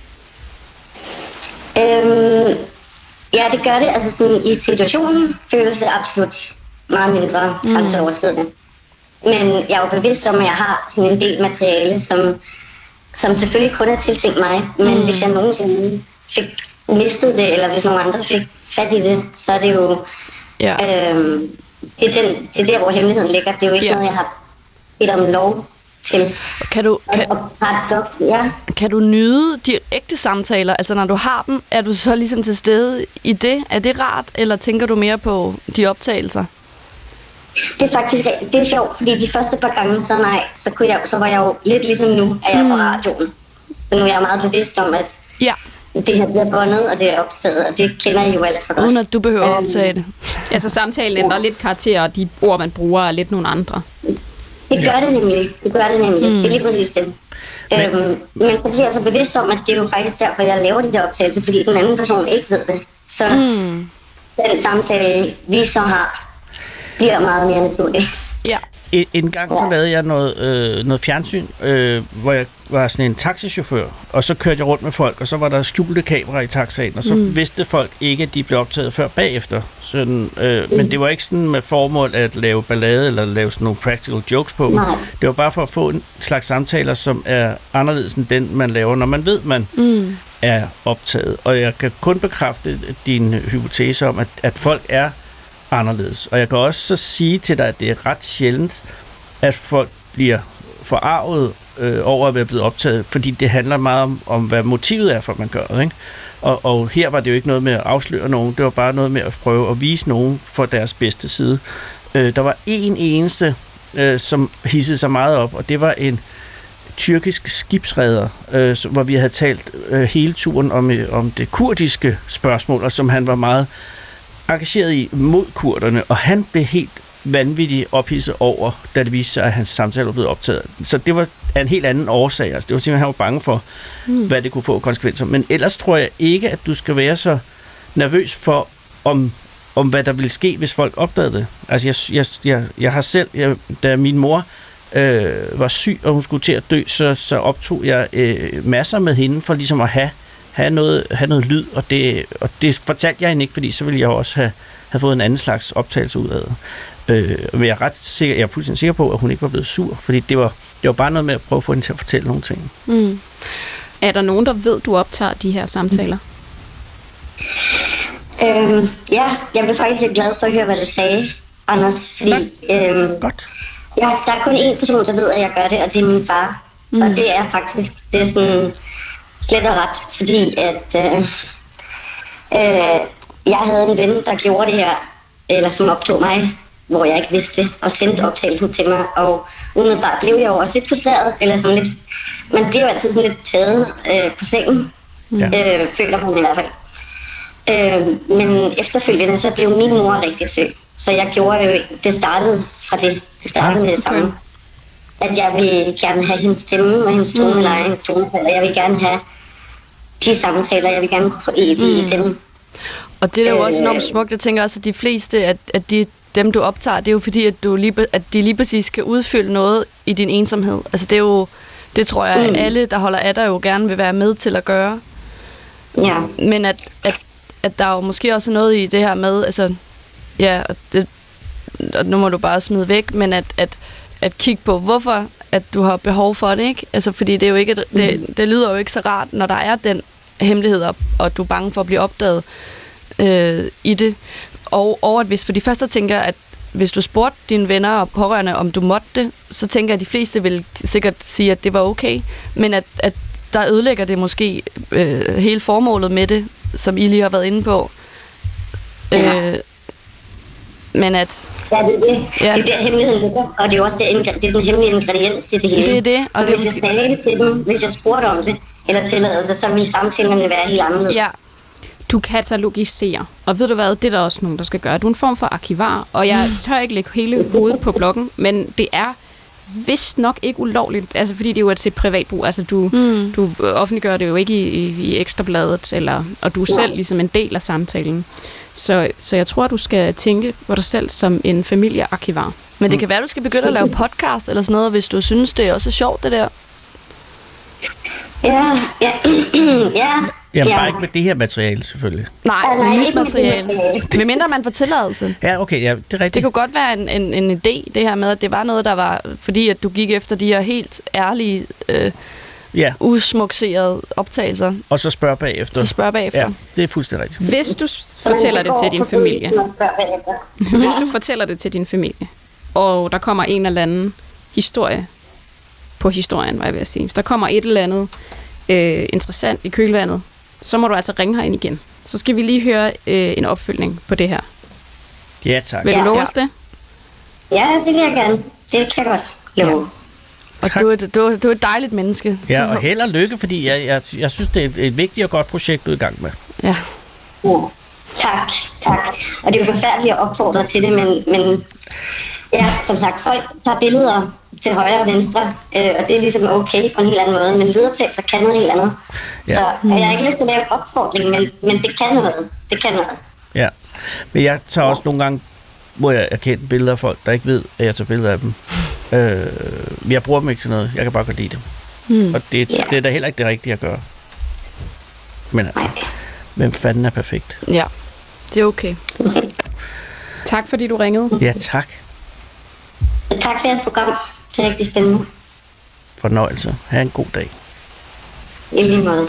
Øhm, ja, det gør det. Altså sådan, i situationen føles det absolut meget mindre grænseoverskridende. Men jeg er jo bevidst om, at jeg har sådan en del materiale, som, som selvfølgelig kun er tiltænkt mig. Men mm. hvis jeg nogensinde fik mistet det, eller hvis nogen andre fik fat i det, så er det jo... Ja. Øhm, det, er den, det er der, hvor hemmeligheden ligger. Det er jo ikke ja. noget, jeg har bedt om lov til. Kan du, kan, og, og, ja. kan du nyde de ægte samtaler? Altså når du har dem, er du så ligesom til stede i det? Er det rart, eller tænker du mere på de optagelser? Det er faktisk det er sjovt, fordi de første par gange, så nej, så, kunne jeg, så var jeg jo lidt ligesom nu, at jeg er på radioen. Så nu er jeg meget bevidst om, at ja. det her bliver bundet, og det er optaget, og det kender I jo alt for godt. Uden at du behøver at optage det. Altså samtalen ændrer lidt karakter, og de ord, man bruger, er lidt nogle andre. Det gør det nemlig. Det gør det nemlig. Mm. Det er lige præcis det. Men, øhm, men så bliver jeg så bevidst om, at det er jo faktisk derfor, jeg laver de der optagelser, fordi den anden person ikke ved det. Så mm. den samtale, vi så har, bliver meget mere naturlig. Ja. En, en gang så lavede jeg noget, øh, noget fjernsyn, øh, hvor jeg var sådan en taxichauffør, og så kørte jeg rundt med folk, og så var der skjulte kameraer i taxaen, og så mm. vidste folk ikke, at de blev optaget før bagefter. Sådan, øh, mm. Men det var ikke sådan med formål at lave ballade eller lave sådan nogle practical jokes på dem. Nej. Det var bare for at få en slags samtaler, som er anderledes end den, man laver, når man ved, man mm. er optaget. Og jeg kan kun bekræfte din hypotese om, at, at folk er anderledes. Og jeg kan også så sige til dig, at det er ret sjældent, at folk bliver forarvet øh, over at være blevet optaget, fordi det handler meget om, om hvad motivet er for, at man gør det. Ikke? Og, og her var det jo ikke noget med at afsløre nogen, det var bare noget med at prøve at vise nogen for deres bedste side. Øh, der var en eneste, øh, som hissede sig meget op, og det var en tyrkisk skibsreder, øh, hvor vi havde talt øh, hele turen om, øh, om det kurdiske spørgsmål, og som han var meget engageret i mod kurderne, og han blev helt vanvittigt ophidset over, da det viste sig, at hans samtale var blevet optaget. Så det var en helt anden årsag. Altså, det var simpelthen, han var bange for, mm. hvad det kunne få konsekvenser. Men ellers tror jeg ikke, at du skal være så nervøs for, om, om hvad der ville ske, hvis folk opdagede det. Altså, jeg, jeg, jeg, jeg har selv, jeg, da min mor øh, var syg, og hun skulle til at dø, så, så optog jeg øh, masser med hende, for ligesom at have have noget, have noget lyd, og det, og det fortalte jeg hende ikke, fordi så ville jeg også have, have fået en anden slags optagelse ud af det. Øh, men jeg er ret sikker, jeg er fuldstændig sikker på, at hun ikke var blevet sur, fordi det var, det var bare noget med at prøve at få hende til at fortælle nogle ting. Mm. Er der nogen, der ved, du optager de her samtaler? Mm. Øhm, ja, jeg blev faktisk lidt glad for at høre, hvad du sagde, Anders. Fordi, øhm, Godt. Ja, der er kun én person, der ved, at jeg gør det, og det er min far. Mm. Og det er faktisk, det er sådan slet og ret, fordi at øh, øh, jeg havde en ven, der gjorde det her, eller som optog mig, hvor jeg ikke vidste det, og sendte optagelsen til mig, og umiddelbart blev jeg jo også lidt frustreret, eller sådan lidt, man bliver jo altid sådan lidt taget øh, på sengen, ja. øh, føler man i hvert fald. Øh, men efterfølgende, så blev min mor rigtig syg, så jeg gjorde jo, det startede fra det, det startede med det okay. samme. At jeg vil gerne have hendes stemme, og hendes toneleje, mm. hendes tonefald, og jeg vil gerne have de samtaler, jeg vil gerne kunne få evigt mm. i dem. Og det er jo også enormt smukt. Jeg tænker også, at de fleste, at, at de, dem du optager, det er jo fordi, at, du lige, at de lige præcis skal udfylde noget i din ensomhed. Altså det er jo, det tror jeg, mm. alle, der holder af dig, jo gerne vil være med til at gøre. Ja. Men at, at, at der er jo måske også noget i det her med, altså, ja, og, det, og nu må du bare smide væk, men at, at, at kigge på, hvorfor at du har behov for det, ikke? Altså, fordi det er jo ikke, det, mm. det lyder jo ikke så rart, når der er den hemmelighed op, og du er bange for at blive opdaget øh, i det. Og, og at hvis for de første tænker, at hvis du spurgte dine venner og pårørende, om du måtte det, så tænker jeg, at de fleste vil sikkert sige, at det var okay. Men at, at der ødelægger det måske øh, hele formålet med det, som I lige har været inde på. Ja. Øh, men at... Ja, det er det. Ja. Det er der hemmeligheden ligger, og det er også det, det er den hemmelige ingrediens til det hele. Det er det. Og så det hvis måske... jeg sagde det til dem, hvis jeg spurgte om det, eller tilladelse, så ville samtalerne være helt anderledes. Ja. Du katalogiserer, og ved du hvad, det er der også nogen, der skal gøre. Du er en form for arkivar, og jeg tør ikke lægge hele hovedet på bloggen, men det er vist nok ikke ulovligt, altså fordi det jo er til privatbrug. Altså du, mm. du offentliggør det jo ikke i, i, i Ekstrabladet, eller, og du er selv ligesom en del af samtalen. Så, så jeg tror, du skal tænke på dig selv som en familiearkivar. Men det kan være, du skal begynde at lave podcast eller sådan noget, hvis du synes, det er også sjovt, det der. Ja, ja, ja. Jamen, Ja. bare ikke med det her materiale, selvfølgelig. Nej, Nej, med nyt ikke med det materiale. materiale. Med mindre man får tilladelse. Ja, okay, ja, det er rigtigt. Det kunne godt være en, en, en idé, det her med, at det var noget, der var, fordi at du gik efter de her helt ærlige, øh, Ja, usmukserede optagelser, og så spørg bagefter. så spørg bagefter. Ja, det er fuldstændig rigtigt. Hvis du s- fortæller det til din familie, hvis du fortæller det til din familie, og der kommer en eller anden historie på historien, hvad jeg vil sige. Hvis der kommer et eller andet øh, interessant i kølvandet, så må du altså ringe herind igen. Så skal vi lige høre øh, en opfølgning på det her. Ja, tak. Vil du Ja. love os det? Ja, det vil jeg gerne. Det kan jeg godt love. Og du er, du, er, du er et dejligt menneske. Ja, og held og lykke, fordi jeg, jeg, jeg synes, det er et, et vigtigt og godt projekt, du er i gang med. Ja. Ja. Tak, tak. Og det er jo forfærdeligt at opfordre til det, men, men ja, som sagt, folk tager billeder til højre og venstre, øh, og det er ligesom okay på en helt anden måde, men lydoptagelser kan noget helt andet. Ja. Så og jeg har ikke lyst til at lave en opfordring, men, men det kan noget. Det kan noget. Ja, men jeg tager også nogle gange, hvor jeg erkender billeder af folk, der ikke ved, at jeg tager billeder af dem. Øh, jeg bruger dem ikke til noget. Jeg kan bare godt lide dem. Hmm. Og det, Ja. det er da heller ikke det rigtige at gøre. Men altså, hvem fanden er perfekt? Ja, det er okay. Tak fordi du ringede. Ja, tak. Så tak for jeres program. Det er rigtig spændende. Fornøjelse. Ha' en god dag. I lige måde.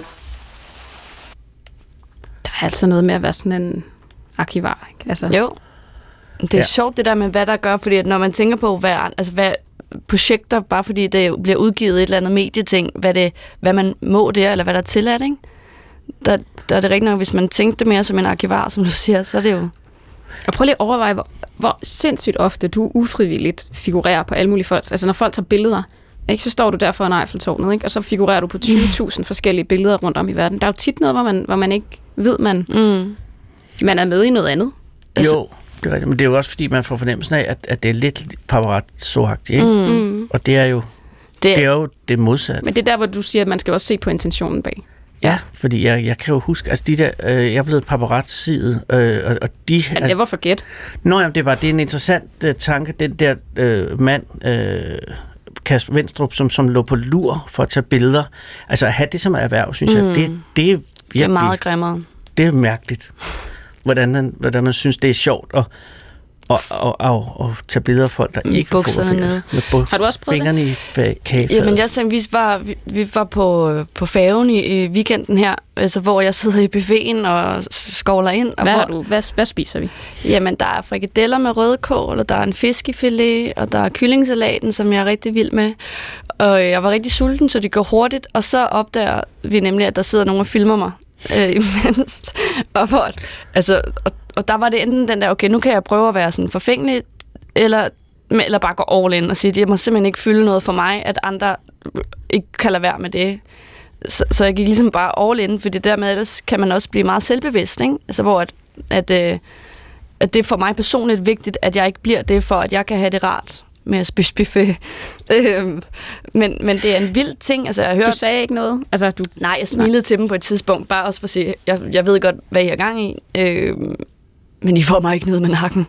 Der er altså noget med at være sådan en arkivar, ikke? Altså, Jo. Det er Ja. ja. sjovt det der med, hvad der gør, fordi at når man tænker på, hvad, altså hvad projekter, bare fordi det bliver udgivet et eller andet medieting, hvad, det, hvad man må der, eller hvad der er tilladt, ikke? Der, der er det rigtigt nok, hvis man tænkte mere som en arkivar, som du siger, så er det jo... Og prøv lige at overveje, hvor, hvor sindssygt ofte du ufrivilligt figurerer på alle mulige folk. Altså når folk tager billeder, ikke, så står du der for en Eiffeltårnet, ikke? Og så figurerer du på tyve tusind forskellige billeder rundt om i verden. Der er jo tit noget, hvor man, hvor man ikke ved, man, Mm. man er med i noget andet. Jo, det er rigtigt. Men det er jo også, fordi man får fornemmelsen af, at, at det er lidt paparazzo-agtigt, ikke? Mm. Mm. Og det er jo Det, det er jo det modsatte. Men det er der, hvor du siger, at man skal også se på intentionen bag. Ja, fordi jeg, jeg kan jo huske, altså de der, øh, jeg er blevet paparazziet, øh, og, og de... I never forget. Nå, jamen, det var det er en interessant uh, tanke, den der øh, mand, øh, Kasper Vendstrup, som, som lå på lur for at tage billeder. Altså at have det som erhverv, synes mm. jeg, det, det er virkelig, det er meget grimmere. det er mærkeligt, hvordan man, hvordan man synes, det er sjovt at, at, at, at, at tage billeder af folk, der Med ikke bukserne fotograferes. nede. Med bu- Har du også prøvet fingrene i fa- kagefadet. Jamen, jeg tænkte, vi var, vi, vi var på, på færgen i, i weekenden her, altså, hvor jeg sidder i buffeten og skovler ind. Og Hvad, hvor, har du, hvad, hvad spiser vi? Jamen, der er frikadeller med rødkål, og der er en fiskefilet, og der er kyllingsalaten, som jeg er rigtig vild med. Og jeg var rigtig sulten, så det går hurtigt, og så opdager vi nemlig, at der sidder nogen og filmer mig øh, imens. og, hvor, altså, og, og der var det enten den der, okay, nu kan jeg prøve at være sådan forfængelig, eller, eller bare gå all in og sige, det må simpelthen ikke fylde noget for mig, at andre ikke kan lade være med det. Så, så jeg gik ligesom bare all in, fordi dermed ellers kan man også blive meget selvbevidst, ikke? Altså hvor at, at, øh, at det er for mig personligt vigtigt, at jeg ikke bliver det, for at jeg kan have det rart med at spise buffet. øhm, men, men det er en vild ting, altså jeg har hørt... Du sagde ikke noget? Altså, du... Nej, jeg smilede til dem på et tidspunkt, bare også for at sige, jeg, jeg ved godt, hvad I er gang i, øhm, men I får mig ikke ned med nakken.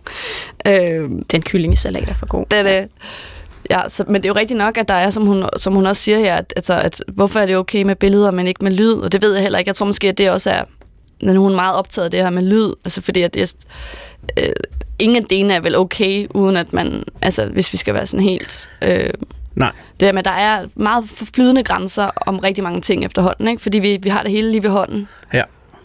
Øhm, Den kyllingesalat er for god. det er det. Ja, så, men det er jo rigtigt nok, at der er, som hun, som hun også siger her, at, altså, at hvorfor er det okay med billeder, men ikke med lyd? Og det ved jeg heller ikke. Jeg tror måske, at det også er, når hun er meget optaget af det her med lyd. Altså fordi, at det, øh, ingen af delene er vel okay, uden at man, altså hvis vi skal være sådan helt... Øh, Nej. det her med, der er meget flydende grænser om rigtig mange ting efterhånden, ikke? Fordi vi, vi har det hele lige ved hånden. Ja.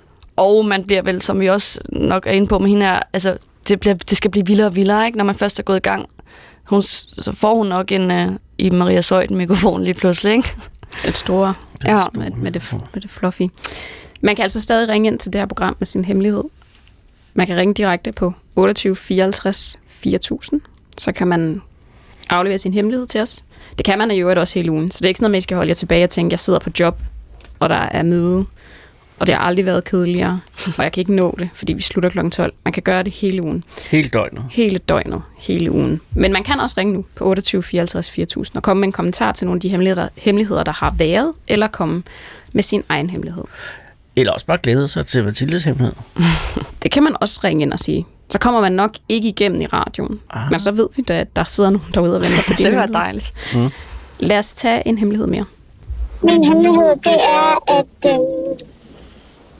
Og man bliver vel, som vi også nok er inde på med hende her, altså det, bliver, det skal blive vildere og vildere, ikke? Når man først er gået i gang. Hun, så får hun nok en uh, i Maria Søjden mikrofon lige pludselig, ikke? Den store Ja. med, med, det, med det fluffy. Man kan altså stadig ringe ind til det her program med sin hemmelighed. Man kan ringe direkte på otteogtyve fireoghalvtreds fire tusind. Så kan man aflevere sin hemmelighed til os. Det kan man jo også hele ugen. Så det er ikke sådan noget, man skal holde jer tilbage og tænke, jeg sidder på job, og der er møde, og det har aldrig været kedeligere, og jeg kan ikke nå det, fordi vi slutter klokken tolv. Man kan gøre det hele ugen. Hele døgnet. Hele døgnet, hele ugen. Men man kan også ringe nu på otteogtyve fireoghalvtreds fire tusind og komme med en kommentar til nogle af de hemmeligheder, hemmeligheder, der har været, eller komme med sin egen hemmelighed. Eller også bare glæde sig til Mathildes hemmelighed. Det kan man også ringe ind og sige. Så kommer man nok ikke igennem i radioen. Ah. Men så ved vi da, at der sidder nogen derude og venter på din Det var hemmelighed. dejligt. Mm. Lad os tage en hemmelighed mere. Min hemmelighed, det er, at øh,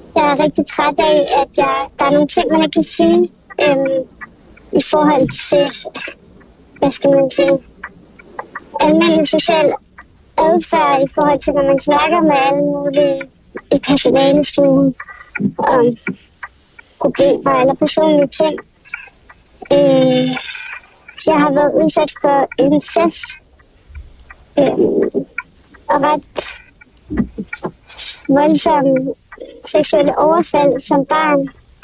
jeg er rigtig træt af, at jeg, der er nogle ting, man ikke kan sige øhm, i forhold til, hvad skal man sige, almindelig social adfærd i forhold til, når man snakker med alle mulige i personalestuen om problemer eller personlige ting. Øh, jeg har været udsat for incest øh, og ret voldsomme seksuelle overfald som barn.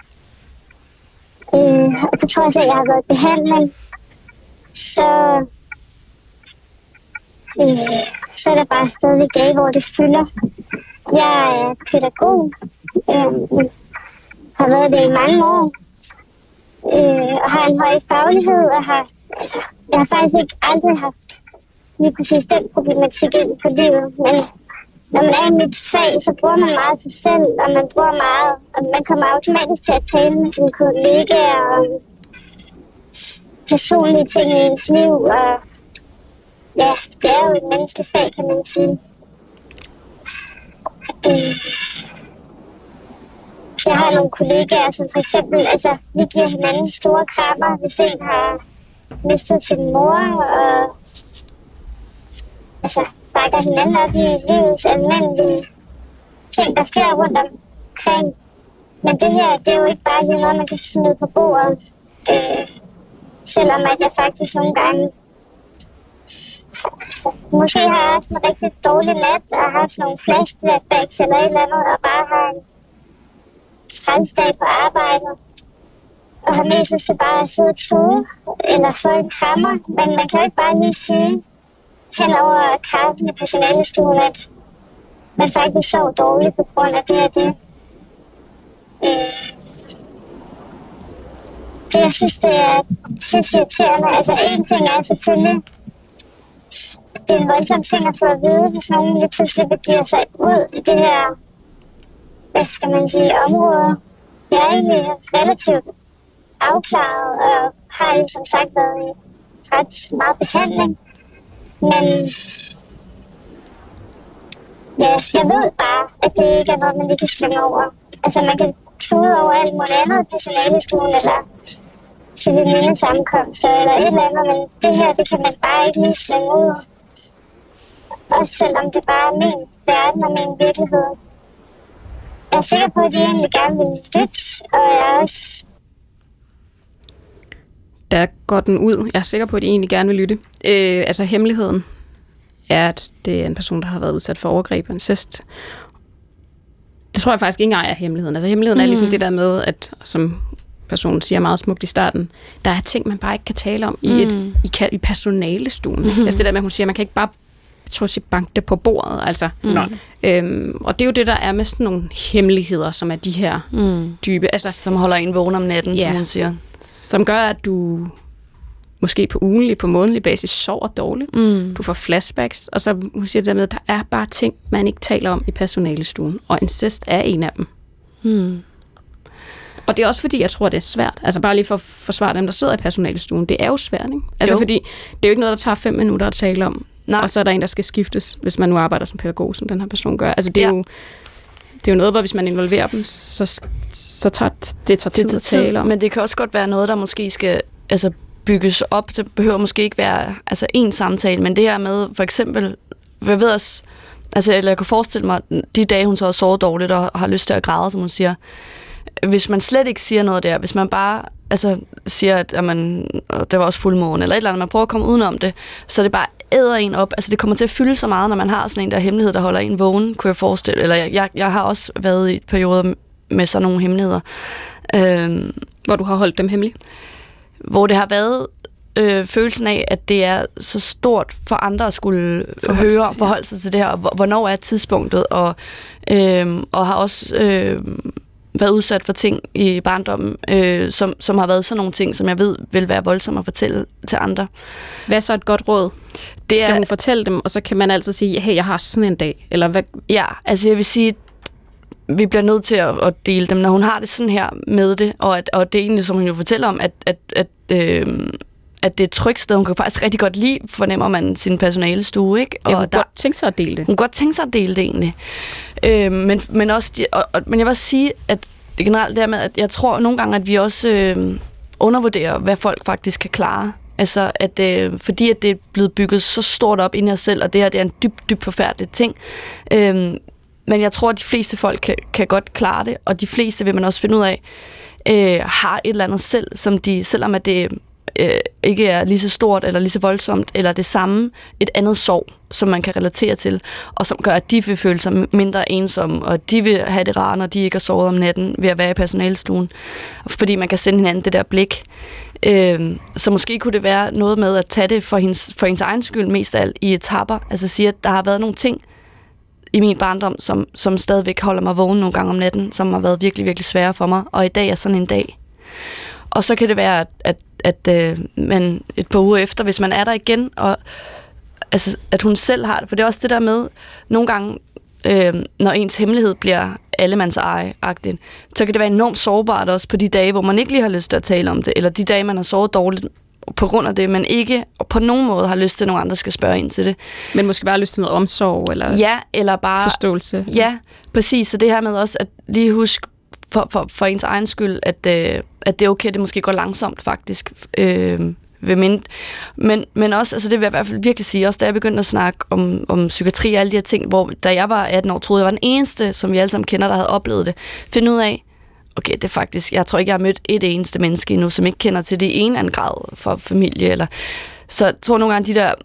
Øh, og på trods af, at jeg har været i behandling, så, øh, så er der bare stadig galt, hvor det fylder. Jeg er pædagog, øh, har været det i mange år, øh, og har en høj faglighed, og har, altså, jeg har faktisk ikke aldrig haft lige præcis den problematik ind på livet, men når man er i mit fag, så bruger man meget sig selv, og man bruger meget, og man kommer automatisk til at tale med sine kollegaer om personlige ting i ens liv, og ja, det er jo et menneskeligt fag, kan man sige. Øh, jeg har nogle kollegaer, som for eksempel, altså, vi giver hinanden store krammer, hvis en har mistet sin mor, og altså, bakker hinanden op i livets almindelige ting, der sker rundt omkring. Men det her, det er jo ikke bare lige noget, man kan smide på bordet. Øh, selvom at jeg faktisk nogle gange måske har haft en rigtig dårlig nat, og haft nogle flashbacks eller et eller andet, og bare har en trænsdag på arbejdet. Og har mest lyst til bare at sidde og tude, eller få en krammer. Men man kan jo ikke bare lige sige, hen over kaffen i personalestuen, at man faktisk sov dårligt på grund af det og det. Øh. Det, jeg synes, det er helt irriterende. Altså, en ting er selvfølgelig, det er en voldsom ting at få at vide, hvis nogen lige pludselig begiver sig ud i det her, hvad skal man sige, område. Jeg er egentlig relativt afklaret, og har jo som sagt været i ret meget behandling. Men ja, jeg ved bare, at det ikke er noget, man lige kan slænge over. Altså, man kan tude over alt muligt andet i personalestuen, eller til en lille sammenkomst, eller et eller andet, men det her, det kan man bare ikke lige slænge ud. Også selvom det bare er min verden og min virkelighed. Jeg er sikker på, at de egentlig gerne vil lytte, og jeg er også... Der går den ud. Jeg er sikker på, at de egentlig gerne vil lytte. Øh, altså hemmeligheden er, at det er en person, der har været udsat for overgreb og incest. Det tror jeg faktisk ikke engang er hemmeligheden. Altså hemmeligheden mm. er ligesom det der med, at som personen siger meget smukt i starten, der er ting, man bare ikke kan tale om i, et, mm. i, i personalestuen. Mm. Altså det der med, at hun siger, man kan ikke bare jeg tror, at banke det på bordet. Altså. Mm. Øhm, og det er jo det, der er med sådan nogle hemmeligheder, som er de her mm. dybe. Altså, som holder en vågen om natten, ja, som hun siger. Som gør, at du måske på ugenlig, på månedlig basis sover dårligt. Mm. Du får flashbacks. Og så hun siger det der med, at der er bare ting, man ikke taler om i personalestuen. Og incest er en af dem. Mm. Og det er også fordi, jeg tror, det er svært. Altså bare lige for at forsvare dem, der sidder i personalestuen. Det er jo svært, ikke? Altså jo. Fordi det er jo ikke noget, der tager fem minutter at tale om. Nej. Og så er der en, der skal skiftes, hvis man nu arbejder som pædagog, som den her person gør. Altså det er, ja. jo, det er jo noget, hvor hvis man involverer dem, så, så tager det tager tid det tager at tale om. Men det kan også godt være noget, der måske skal altså, bygges op. Det behøver måske ikke være altså, en samtale, men det her med for eksempel, jeg ved også, altså, eller jeg kan forestille mig, de dage, hun så har sovet dårligt og har lyst til at græde, som hun siger, hvis man slet ikke siger noget der, hvis man bare altså, siger, at jamen, det var også fuldmåne, eller et eller andet, man prøver at komme udenom det, så det bare æder en op. Altså, det kommer til at fylde så meget, når man har sådan en der hemmelighed, der holder en vågen, kunne jeg forestille. Eller jeg, jeg, jeg har også været i perioder med sådan nogle hemmeligheder. Øhm, hvor du har holdt dem hemmelige? Hvor det har været øh, følelsen af, at det er så stort for andre at skulle forholde høre og forholde sig til det her, og hvornår er tidspunktet, og, øh, og har også... Øh, været udsat for ting i barndommen, øh, som, som har været sådan nogle ting, som jeg ved vil være voldsomme at fortælle til andre. Hvad er så et godt råd? Det Skal er, hun fortælle dem, og så kan man altid sige, hey, jeg har sådan en dag? Eller hvad? Ja, altså jeg vil sige, vi bliver nødt til at, at dele dem, når hun har det sådan her med det, og, at, og det er egentlig, som hun jo fortæller om, at, at, at, øh, at det er et trygt sted. Hun kan faktisk rigtig godt lide, fornemmer man, sin personalestue, ikke? Ja, hun og kunne der, godt tænke sig at dele det. Hun kunne godt tænke sig at dele det egentlig. Øh, men, men, også de, og, og, men jeg vil også sige, at det generelt der med, at jeg tror nogle gange, at vi også øh, undervurderer, hvad folk faktisk kan klare. Altså, at, øh, fordi at det er blevet bygget så stort op inde i os selv, og det her det er en dybt, dybt forfærdelig ting. Øh, men jeg tror, at de fleste folk kan, kan godt klare det, og de fleste vil man også finde ud af, øh, har et eller andet selv, som de, selvom at det øh, ikke er lige så stort eller lige så voldsomt, eller det samme, et andet sorg, som man kan relatere til, og som gør, at de vil føle sig mindre ensomme, og de vil have det rart, når de ikke har sovet om natten ved at være i personalestuen, fordi man kan sende hinanden det der blik. Øh, så måske kunne det være noget med at tage det for hendes, for hendes egen skyld mest af alt i etapper, altså sige, at der har været nogle ting i min barndom, som, som stadigvæk holder mig vågen nogle gange om natten, som har været virkelig, virkelig svære for mig, og i dag er sådan en dag. Og så kan det være, at, at, at øh, man et par uger efter, hvis man er der igen, og altså, at hun selv har det, for det er også det der med, nogle gange, øh, når ens hemmelighed bliver allemands eje-agtigt, så kan det være enormt sårbart også på de dage, hvor man ikke lige har lyst til at tale om det, eller de dage, man har sovet dårligt på grund af det, men ikke på nogen måde har lyst til, at nogen andre skal spørge ind til det. Men måske bare lyst til noget omsorg, eller, ja, eller bare forståelse. Ja, præcis. Så det her med også at lige huske for, for, for ens egen skyld, at, øh, at det er okay, det måske går langsomt faktisk. Øh, ved mind. Men, men også, altså det vil jeg i hvert fald virkelig sige, også da jeg begyndte at snakke om, om psykiatri og alle de her ting, hvor da jeg var atten år, troede jeg var den eneste, som vi alle sammen kender, der havde oplevet det. Finde ud af, okay, det er faktisk, jeg tror ikke, jeg har mødt et eneste menneske endnu, som ikke kender til det i en anden grad for familie. Eller, så jeg tror nogle gange, de der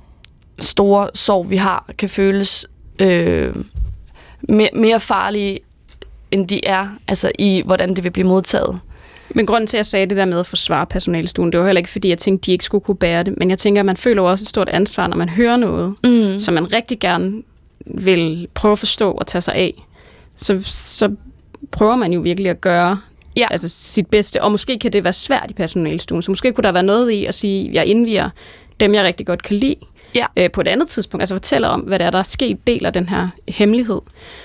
store sorg, vi har, kan føles øh, mere, mere farlige, end de er, altså i, hvordan det vil blive modtaget. Men grunden til, at jeg sagde det der med at forsvare personalestuen, det var heller ikke, fordi jeg tænkte, de ikke skulle kunne bære det, men jeg tænker, at man føler også et stort ansvar, når man hører noget, mm. som man rigtig gerne vil prøve at forstå og tage sig af. Så, så prøver man jo virkelig at gøre ja. altså sit bedste, og måske kan det være svært i personalestuen, så måske kunne der være noget i at sige, at jeg indviger dem, jeg rigtig godt kan lide, ja. øh, på et andet tidspunkt, altså fortæller om, hvad der er, der er sket, deler den her hemmelighed.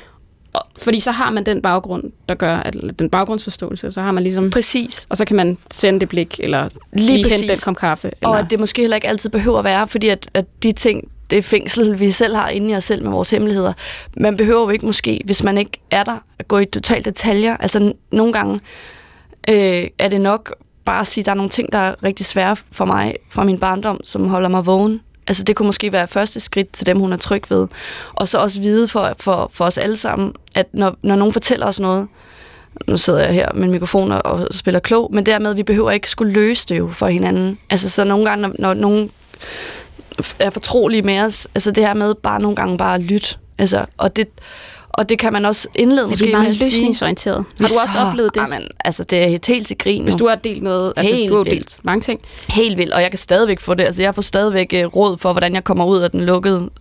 Fordi så har man den baggrund, der gør, at den baggrundsforståelse, så har man ligesom... Præcis. Og så kan man sende det blik, eller lige, lige hente den kom kaffe. Eller... Og at det måske heller ikke altid behøver at være, fordi at, at de ting, det fængsel, vi selv har inde i os selv med vores hemmeligheder, man behøver jo ikke måske, hvis man ikke er der, at gå i totalt detaljer. Altså nogle gange øh, er det nok bare at sige, at der er nogle ting, der er rigtig svære for mig, fra min barndom, som holder mig vågen. Altså det kunne måske være første skridt til dem, hun er tryg ved. Og så også vide for, for, for os alle sammen, at når, når nogen fortæller os noget, nu sidder jeg her med en mikrofon og spiller klog, men dermed, vi behøver ikke skulle løse det jo for hinanden. Altså så nogle gange, når, når nogen er fortrolige med os, altså det her med bare nogle gange bare at lytte. Altså, og det... Og det kan man også indlede måske med at sige. løsningsorienteret. Har du også oplevet det? Jamen, altså det er helt til grin. Hvis du har delt noget, altså helt du har delt mange ting. Helt vildt, og jeg kan stadigvæk få det. Altså jeg får stadigvæk uh, råd for, hvordan jeg kommer ud af den lukkede.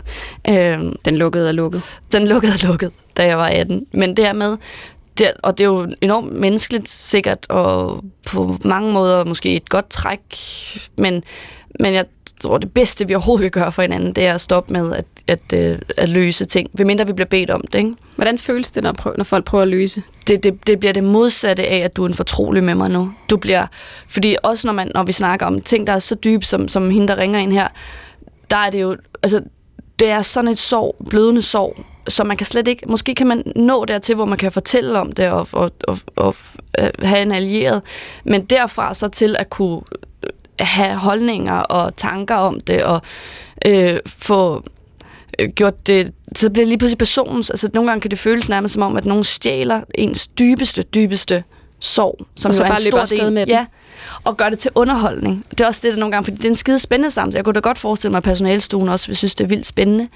øhm, den lukkede er lukket. Den lukkede er lukket, da jeg var atten. Men det her med, det, og det er jo enormt menneskeligt sikkert, og på mange måder måske et godt træk, men, men jeg tror, det bedste, vi overhovedet kan gøre for hinanden, det er at stoppe med at At, øh, at løse ting, ved mindre vi bliver bedt om det. Ikke? Hvordan føles det, når, prøver, når folk prøver at løse? Det, det, det bliver det modsatte af, at du er en fortrolig med mig nu. Du bliver, fordi også når, man, når vi snakker om ting, der er så dybe, som, som hende, der ringer ind her, der er det jo, altså, det er sådan et sorg, blødende sorg, så man kan slet ikke, måske kan man nå dertil, hvor man kan fortælle om det, og, og, og, og have en allieret, men derfra så til at kunne have holdninger og tanker om det, og øh, få gjort det, så bliver det lige pludselig personens, altså nogle gange kan det føles nærmest som om, at nogen stjæler ens dybeste, dybeste sorg, som og så jo er bare en løber stor afsted del, med ja, og gør det til underholdning. Det er også det, der nogle gange, fordi det er en skide spændende samtale. Jeg kunne da godt forestille mig, at personalestuen også vil synes, det er vildt spændende.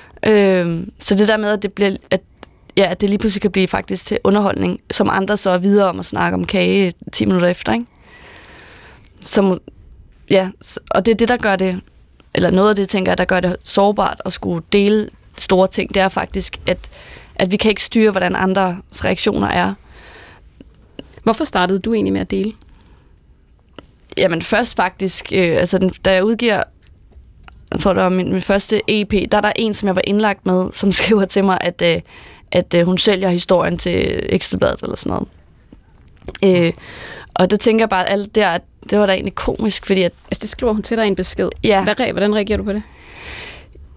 Øhm, så det der med, at det bliver, at, ja, at det lige pludselig kan blive faktisk til underholdning, som andre så er videre om at snakke om kage ti minutter efter, ikke? Som, ja, og det er det, der gør det, eller noget af det, tænker jeg, der gør det sårbart at skulle dele store ting, det er faktisk, at, at vi kan ikke styre, hvordan andres reaktioner er. Hvorfor startede du egentlig med at dele? Jamen først faktisk, øh, altså den, da jeg udgiver, jeg tror det var min, min første E P, der er der en, som jeg var indlagt med, som skriver til mig, at, øh, at øh, hun sælger historien til Ekstra Bladet eller sådan noget. Øh, og det tænker jeg bare, at alt der, det var da egentlig komisk, fordi at... Altså det skriver hun til dig i en besked. Ja. Hvad, hvordan reagerer du på det?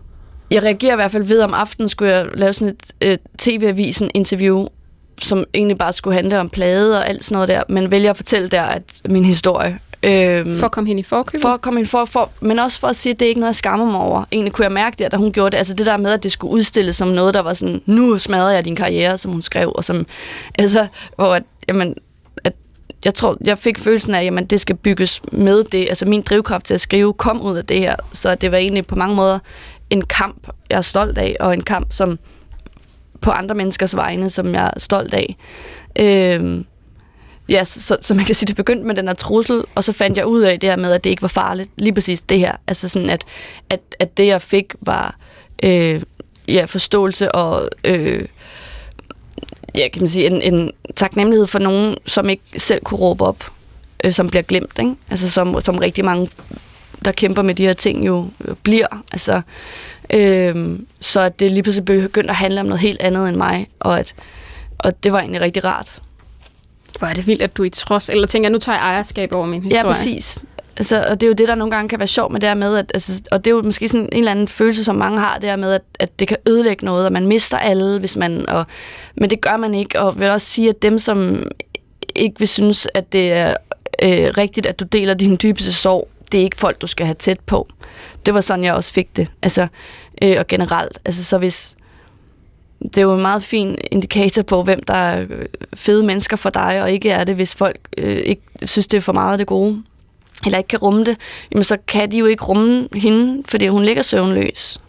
jeg reagerer i hvert fald ved, om aftenen skulle jeg lave sådan et øh, T V-avisen-interview, som egentlig bare skulle handle om plade og alt sådan noget der, men vælger at fortælle der, at min historie. Øhm, for at komme hende i forkøbet? For at komme hende for, for, men også for at sige, at det er ikke noget, jeg skammer mig over. Egentlig kunne jeg mærke det, da hun gjorde det. Altså det der med, at det skulle udstilles som noget, der var sådan, nu smadrer jeg din karriere, som hun skrev, og som, altså, hvor at, jamen, at jeg tror, jeg fik følelsen af, at det skal bygges med det. Altså min drivkraft til at skrive kom ud af det her, så det var egentlig på mange måder en kamp, jeg er stolt af, og en kamp, som på andre menneskers vegne, som jeg er stolt af. Øhm, ja, så, så man kan sige, det begyndte med den her trussel, og så fandt jeg ud af det her med, at det ikke var farligt. Lige præcis det her. Altså sådan, at, at, at det, jeg fik, var øh, ja, forståelse og øh, ja, kan man sige, en, en taknemmelighed for nogen, som ikke selv kunne råbe op, øh, som bliver glemt, ikke? Altså som, som rigtig mange, der kæmper med de her ting, jo øh, bliver. Altså, øh, så at det lige pludselig begyndte at handle om noget helt andet end mig, og, at, og det var egentlig rigtig rart. Hvor er det vildt, at du i trods, eller tænker jeg, nu tager jeg ejerskab over min historie. Ja, præcis. Altså, og det er jo det, der nogle gange kan være sjovt med det her med, at, altså, og det er jo måske sådan en eller anden følelse, som mange har, det her med, at, at det kan ødelægge noget, og man mister alle, hvis man, og, men det gør man ikke, og vil også sige, at dem, som ikke vil synes, at det er øh, rigtigt, at du deler din dybeste sorg, det er ikke folk, du skal have tæt på. Det var sådan, jeg også fik det, altså, øh, og generelt. Altså, så hvis det er jo en meget fin indikator på, hvem der er fede mennesker for dig, og ikke er det, hvis folk øh, ikke synes, det er for meget af det gode, eller ikke kan rumme det, jamen så kan de jo ikke rumme hende, fordi hun ligger søvnløs.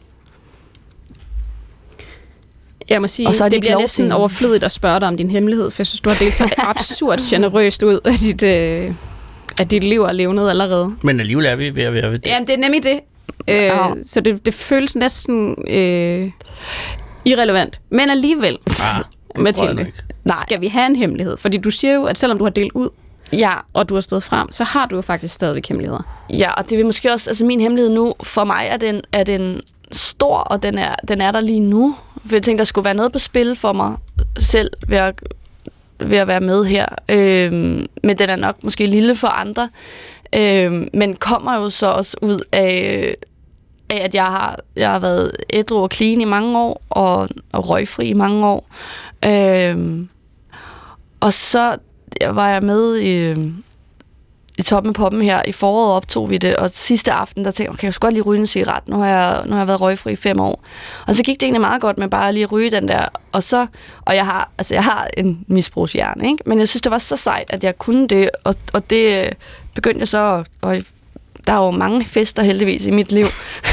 Jeg må sige, og så det bliver næsten til overflødigt at spørge dig om din hemmelighed, for jeg synes, du har delt så absurd generøst ud af dit, øh, af dit liv og levnet allerede. Men alligevel er vi ved at være ved det. Jamen, det er nemlig det. Øh, ja. Så det, det føles næsten øh, irrelevant. Men alligevel, ah, Mathilde, skal vi have en hemmelighed? Fordi du siger jo, at selvom du har delt ud, ja, og du har stået frem, så har du jo faktisk stadigvæk hemmeligheder. Ja, og det vil måske også, altså min hemmelighed nu, for mig er den, er den stor, og den er, den er der lige nu. For jeg tænkte, der skulle være noget på spil for mig selv ved at, ved at være med her. Øhm, men den er nok måske lille for andre. Øhm, men kommer jo så også ud af, af at jeg har, jeg har været ædru og clean i mange år, og, og røgfri i mange år. Øhm, og så var jeg med i, i Toppen af Poppen her. I foråret optog vi det, og sidste aften, der tænkte jeg, okay, jeg skal godt lige ryge en cigaret. Nu har jeg, nu har jeg været røgfri i fem år. Og så gik det egentlig meget godt med bare lige at ryge den der. Og så, og jeg har, altså jeg har en misbrugshjerne, ikke? Men jeg synes, det var så sejt, at jeg kunne det, og, og det begyndte jeg så, og der er jo mange fester heldigvis i mit liv.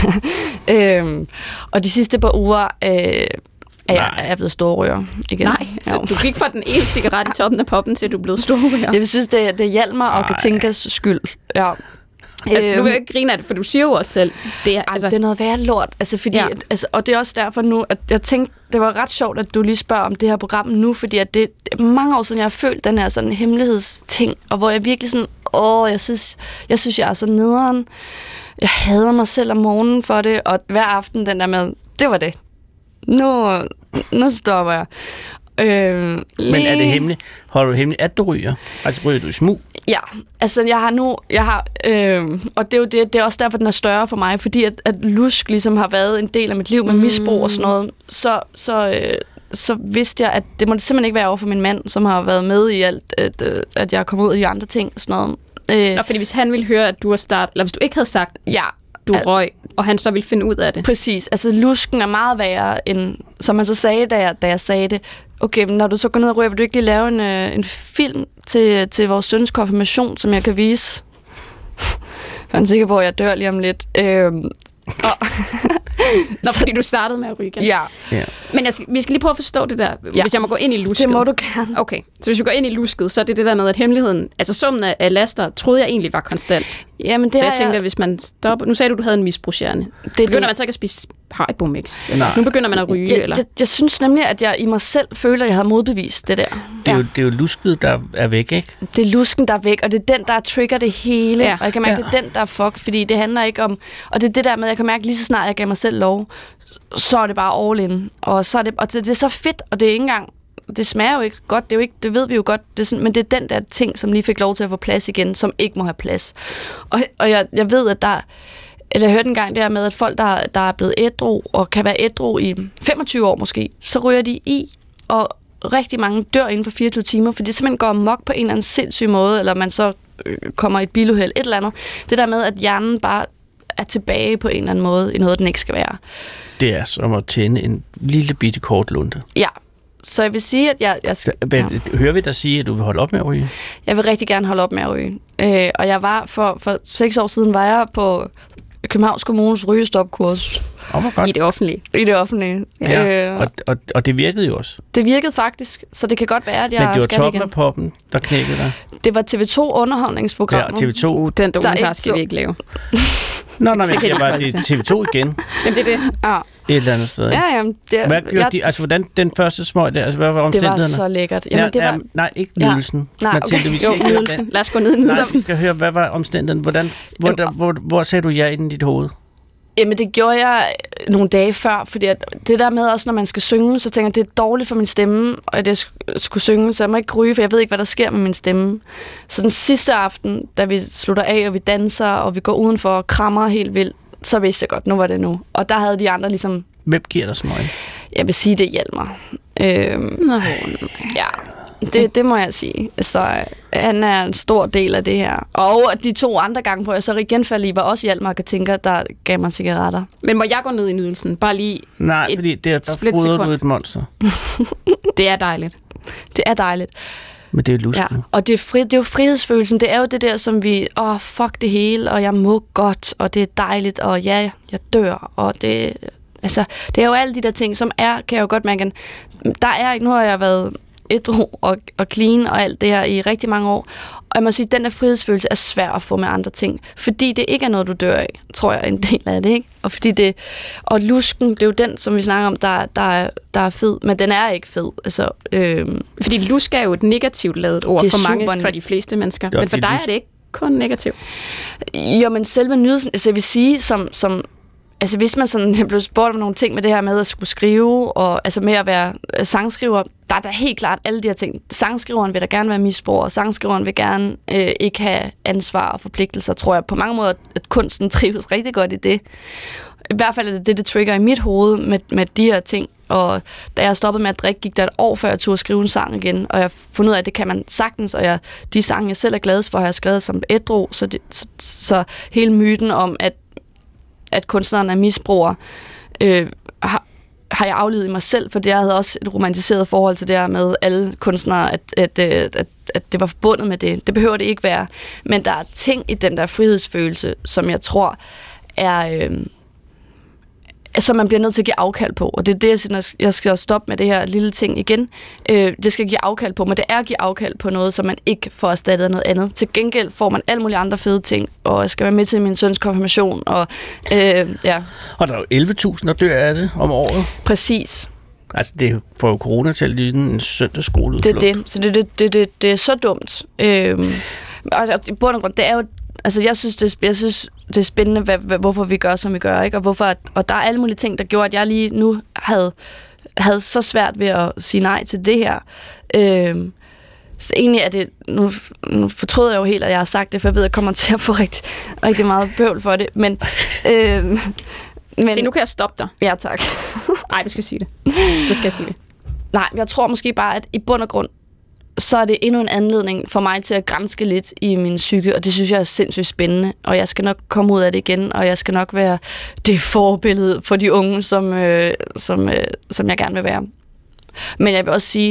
øhm, og de sidste par uger, øh, er jeg, er jeg blevet storryger igen. Nej, så jo. Du gik fra den ene cigaret i Toppen af Poppen til, du blev storryger. Jeg synes, det, det hjalp mig, og Katinkas skyld. Ja. Altså, nu vil jeg ikke grine af det, for du siger jo også selv, det er, altså, det er noget værre lort. Altså, fordi, ja. at, altså, og det er også derfor nu, at jeg tænkte, det var ret sjovt, at du lige spørger om det her program nu, fordi at det er mange år siden, jeg har følt den her sådan hemmelighedsting, og hvor jeg virkelig sådan, åh, jeg synes, jeg synes, jeg er så nederen. Jeg hader mig selv om morgenen for det, og hver aften den der med, det var det. Nu, nu stopper jeg. Øh, Men er det hemmeligt? Holder du hemmeligt, at du ryger? Altså ryger du i smug? Ja, altså jeg har nu, jeg har, øh, og det er jo det, det er også derfor, den er større for mig, fordi at, at lusk ligesom har været en del af mit liv med misbrug og sådan noget, så, så, øh, så vidste jeg, at det må det simpelthen ikke være over for min mand, som har været med i alt, at, at jeg er kommet ud i andre ting og sådan noget. Øh, Nå, fordi hvis han ville høre, at du har startet, eller hvis du ikke havde sagt, ja, du al- røg, og han så ville finde ud af det. Præcis, altså lusken er meget værre, end, som han så sagde, da jeg, da jeg sagde det, okay, men når du så går ned og ryger, vil du ikke lige lave en, øh, en film til, til vores søns konfirmation, som jeg kan vise? Jeg er sikker på, at jeg dør lige om lidt. Øhm, og Nå, fordi du startede med at ryge igen. Ja. ja. Men jeg skal, vi skal lige prøve at forstå det der, ja. Hvis jeg må gå ind i lusket. Det må du gerne. Okay, så hvis vi går ind i lusket, så er det det der med, at hemmeligheden, altså summen af, af laster, troede jeg egentlig var konstant. Jamen, det så jeg tænkte, jeg... at hvis man stopper... Nu sagde du, du havde en misbrugshjerne. Det, begynder det. Man så ikke at spise Haribo-mix? Nu begynder man at ryge, jeg, eller? Jeg, jeg synes nemlig, at jeg i mig selv føler, at jeg har modbevist det der. Det er, ja. jo, det er jo lusket, der er væk, ikke? Det er lusken, der er væk, og det er den, der trigger det hele. Ja. Og jeg kan mærke, ja. det er den, der er fuck, fordi det handler ikke om... Og det er det der med, at jeg kan mærke, lige så snart jeg gav mig selv lov, så er det bare all in. Og, så er det, og det, det er så fedt, og det er ikke engang... Det smager jo ikke godt, det, er jo ikke, det ved vi jo godt, det er sådan, men det er den der ting, som lige fik lov til at få plads igen, som ikke må have plads. Og, og jeg, jeg ved, at der eller jeg hørte engang det her med, at folk, der, der er blevet ædru, og kan være ædru i femogtyve år måske, så ryger de i, og rigtig mange dør inden for fireogtyve timer, fordi det simpelthen går amok på en eller anden sindssyg måde, eller man så øh, kommer i et biluheld, et eller andet. Det der med, at hjernen bare er tilbage på en eller anden måde, i noget, den ikke skal være. Det er som at tænde en lille bitte kort lunte. Ja, så jeg vil sige, at jeg... jeg skal, ja. ja. Hører vi dig sige, at du vil holde op med at ryge? Jeg vil rigtig gerne holde op med at ryge. Øh, og jeg var, for, for seks år siden, var jeg på Københavns Kommunes rygestopkurs. Oh, hvor godt. I det offentlige. I det offentlige. Ja, øh, og, og, og det virkede jo også. Det virkede faktisk, så det kan godt være, at jeg Men det var skal toppen igen. af poppen, der knækkede dig. Det var T V to underholdningsprogrammet. Ja, T V to. Uh, den dokumentar ikke skal to. vi ikke lave. Nå, nej, men Det kan jeg de var holde i til. T V to igen. Jamen, det er det. Ja. Et eller andet sted. Ja, jamen, det, Hvad gjorde jeg, de? Altså, hvordan den første smøg der? Altså, hvad var det var omstændighederne? så lækkert. Jamen, ja, det var, ja, nej, ikke Ja. nydelsen. Nej, Mathilde, okay. vi skal Jo, ikke høre nydelsen. den. Lad os gå ned i Nej, nydelsen. vi skal høre, hvad var omstændigheden? Hvordan, hvor, der, hvor, hvor sagde du ja inden i dit hoved? Jamen, det gjorde jeg nogle dage før, fordi at det der med også, når man skal synge, så tænker jeg, det er dårligt for min stemme, og at jeg skulle synge, så jeg må ikke ryge, for jeg ved ikke, hvad der sker med min stemme. Så den sidste aften, da vi slutter af, og vi danser, og vi går udenfor og krammer helt vildt, så vidste jeg godt, nu var det nu. Og der havde de andre ligesom... Hvem giver dig smøg? Jeg vil sige, det hjalp mig. Øhm, Nå, ja, det, det må jeg sige. Så øh, han er en stor del af det her. Og de to andre gange, hvor jeg så igen faldt i, var også hjalp mig, og tænker, der gav mig cigaretter. Men må jeg gå ned i nydelsen? Bare lige... Nej, Et fordi det er, der split fodrer du sekund. et monster. Det er dejligt. Det er dejligt. Men det er lusken. Ja, og det er, fri, det er jo frihedsfølelsen. Det er jo det der, som vi, åh, oh, fuck det hele, og jeg må godt, og det er dejligt, og ja, jeg dør, og det, altså, det er jo alle de der ting, som er, kan jeg jo godt mærke, der er ikke, nu har jeg været ædru og, og clean og alt det her i rigtig mange år, og jeg må sige, at den der frihedsfølelse er svær at få med andre ting, fordi det ikke er noget, du dør af, tror jeg, en del af det, ikke? Og fordi det, og lusken, det er jo den, som vi snakker om, der, der, er, der er fed, men den er ikke fed, altså, øhm, Fordi lusk er jo et negativt lavet ord Det er for mange, super for de fleste mennesker. Ja, Men for fordi dig lusk- er det ikke kun negativt. Jo, men selve nydelsen, altså jeg vil sige, som, som altså hvis man sådan jeg blev spurgt om nogle ting med det her med at skulle skrive, og altså med at være øh, sangskriver, der er der helt klart alle de her ting. Sangskriveren vil da gerne være misbruger, og sangskriveren vil gerne øh, ikke have ansvar og forpligtelser, tror jeg på mange måder, at kunsten trives rigtig godt i det. I hvert fald er det det, det trigger i mit hoved med, med de her ting. Og da jeg stoppede med at drikke, gik der et år, før jeg turde skrive en sang igen. Og jeg fundet ud af, at det kan man sagtens. Og jeg, de sange, jeg selv er glad for, har jeg skrevet som ædru. Så, det, så, så hele myten om, at, at kunstneren er misbruger, øh, har, har jeg aflevet i mig selv. For det jeg havde også et romantiseret forhold til det her med alle kunstnere, at, at, at, at, at det var forbundet med det. Det behøver det ikke være. Men der er ting i den der frihedsfølelse, som jeg tror er... Øh, som man bliver nødt til at give afkald på. Og det er det, jeg siger, jeg skal stoppe med det her lille ting igen. Øh, det skal give afkald på, men det er at give afkald på noget, som man ikke får erstattet af noget andet. Til gengæld får man alle mulige andre fede ting, og jeg skal være med til min søns konfirmation, og øh, ja, Og der er jo elleve tusind, der dør af det om året. præcis. Altså, det får jo corona til at lyde en søndagsskole. Det er det. Så det, det, det, det, det er så dumt. Øh, og, og i bund og grund, det er jo altså, jeg synes, det, jeg synes, det er spændende, hvad, hvad, hvorfor vi gør, som vi gør, ikke? Og, hvorfor, at, og der er alle mulige ting, der gjorde, at jeg lige nu havde, havde så svært ved at sige nej til det her. Øhm, så egentlig er det... Nu, nu fortryder jeg jo helt, at jeg har sagt det, for jeg ved, at jeg kommer til at få rigtig, rigtig meget bøvl for det. Men... Øhm, men Se, nu kan jeg stoppe dig. ja, tak. Nej, du skal sige det. Du skal sige det. Nej, jeg tror måske bare, at i bund og grund, så er det endnu en anledning for mig til at granske lidt i min psyke, og det synes jeg er sindssygt spændende, og jeg skal nok komme ud af det igen, og jeg skal nok være det forbillede for de unge, som, øh, som, øh, som jeg gerne vil være. Men jeg vil også sige,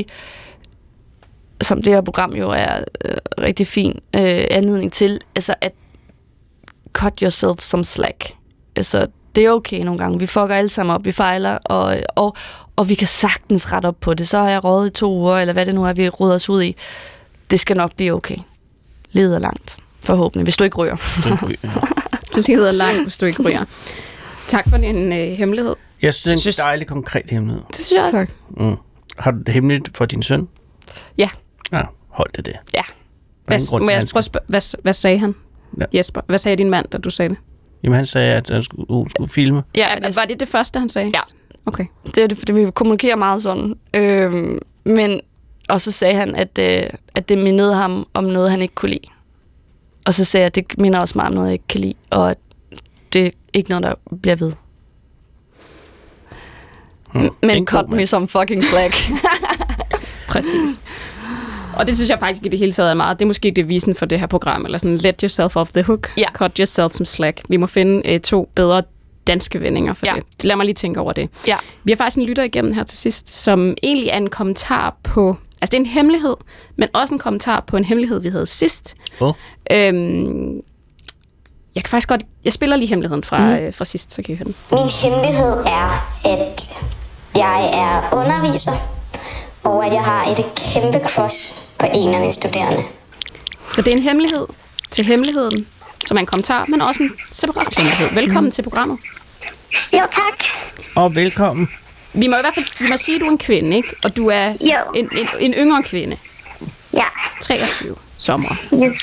som det her program jo er øh, rigtig fin øh, anledning til, altså at cut yourself some slack. Altså, det er okay nogle gange. Vi fucker alle sammen op, vi fejler, og, og, og vi kan sagtens rette op på det. Så har jeg røget i to uger, eller hvad det nu er, vi råder os ud i. Det skal nok blive okay. Livet er langt, forhåbentlig, hvis du ikke ryger. Det hedder langt, hvis du ikke ryger. Tak for din øh, hemmelighed. Jeg synes, det er en Synes- dejlig, konkret hemmelighed. Det synes jeg også. Tak. Mm. Har du det hemmeligt for din søn? Ja. Ja, hold det det. Ja. Der er ingen Hvad, grund må til, jeg han prøve at skal- spørge, hvad, hvad sagde han? Ja. Jesper, hvad sagde din mand, da du sagde det? Jamen, han sagde, at han skulle, hun skulle filme. Ja, Ja, var det det første, han sagde? Ja. Okay. det er det, fordi vi kommunikerer meget sådan. Øhm, men, og så sagde han, at, øh, at det mindede ham om noget, han ikke kunne lide. Og så sagde jeg, at det minder også meget om noget, jeg ikke kan lide. Og at det er ikke noget, der bliver ved. Hmm. Men cut me some fucking slack. Præcis. Og det synes jeg faktisk i det hele taget er meget. Det er måske devisen for det her program, eller sådan, let yourself off the hook, ja. cut yourself some slack. Vi må finde øh, to bedre danske vendinger for ja. det. Lad mig lige tænke over det. Ja. Vi har faktisk en lytter igennem her til sidst, som egentlig er en kommentar på, altså det er en hemmelighed, men også en kommentar på en hemmelighed, vi havde sidst. Oh. Øhm, jeg kan faktisk godt, jeg spiller lige hemmeligheden fra, mm. øh, fra sidst, så kan I høre den. Min hemmelighed er, at jeg er underviser, og at jeg har et kæmpe crush på en af mine studerende. Så det er en hemmelighed til hemmeligheden, som er en kommentar, men også en separat hemmelighed. Velkommen mm. til programmet. Jo, tak. Og velkommen. Vi må i hvert fald vi må sige, at du er en kvinde, ikke? Og du er en, en, en yngre kvinde. Ja. treogtyve sommer. Yes.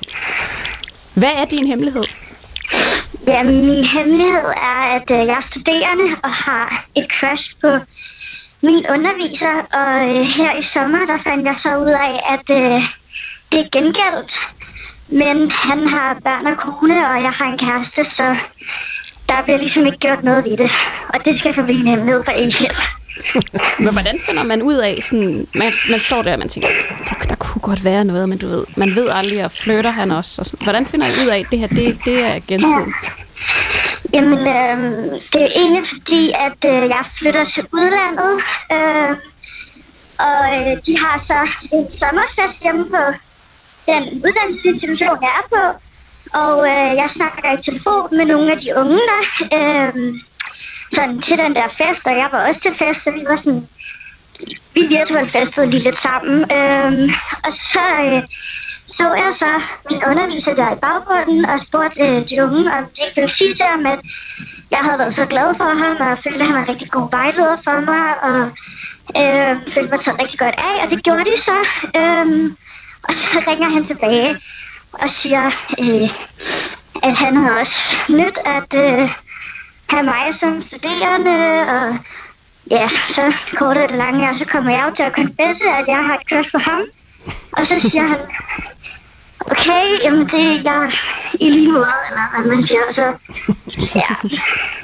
Hvad er din hemmelighed? Ja, min hemmelighed er, at øh, jeg er studerende og har et crush på min underviser. Og øh, her i sommer, der fandt jeg så ud af, at øh, det er gengældt. Men han har børn og kone, og jeg har en kæreste, så der bliver ligesom ikke gjort noget ved det. Og det skal forblive en hemmelighed for evigt. Men hvordan finder man ud af, sådan, man, man står der, og man tænker, der, der kunne godt være noget, men du ved, man ved aldrig, og flytter han også. Og sådan. Hvordan finder I ud af, at det her, det, det er gensidigt? Ja. Jamen, øh, det er egentlig fordi, at øh, jeg flytter til udlandet, øh, og øh, de har så en sommerfest hjemme på den uddannelsesinstitution, jeg er på, og øh, jeg snakker i telefon med nogle af de unge der, øh, sådan til den der fest, og jeg var også til fest, så vi var sådan, vi virtuelt festede lige lidt sammen, øh, og så øh, så jeg så min underviser der i baggrunden og spurgte øh, de unge, om de ikke ville sige til ham, at jeg havde været så glad for ham, og følte, at han var en rigtig god vejleder for mig, og øh, følte mig så rigtig godt af, og det gjorde de så. Øh, og så ringer han tilbage og siger, øh, at han har også nyt at øh, have mig som studerende, og ja, så kort og det lange, og så kommer jeg jo til at confesse, at jeg har et crush på ham. Og så siger han, okay, jamen det er jeg i lige måde, eller hvad man siger, så ja.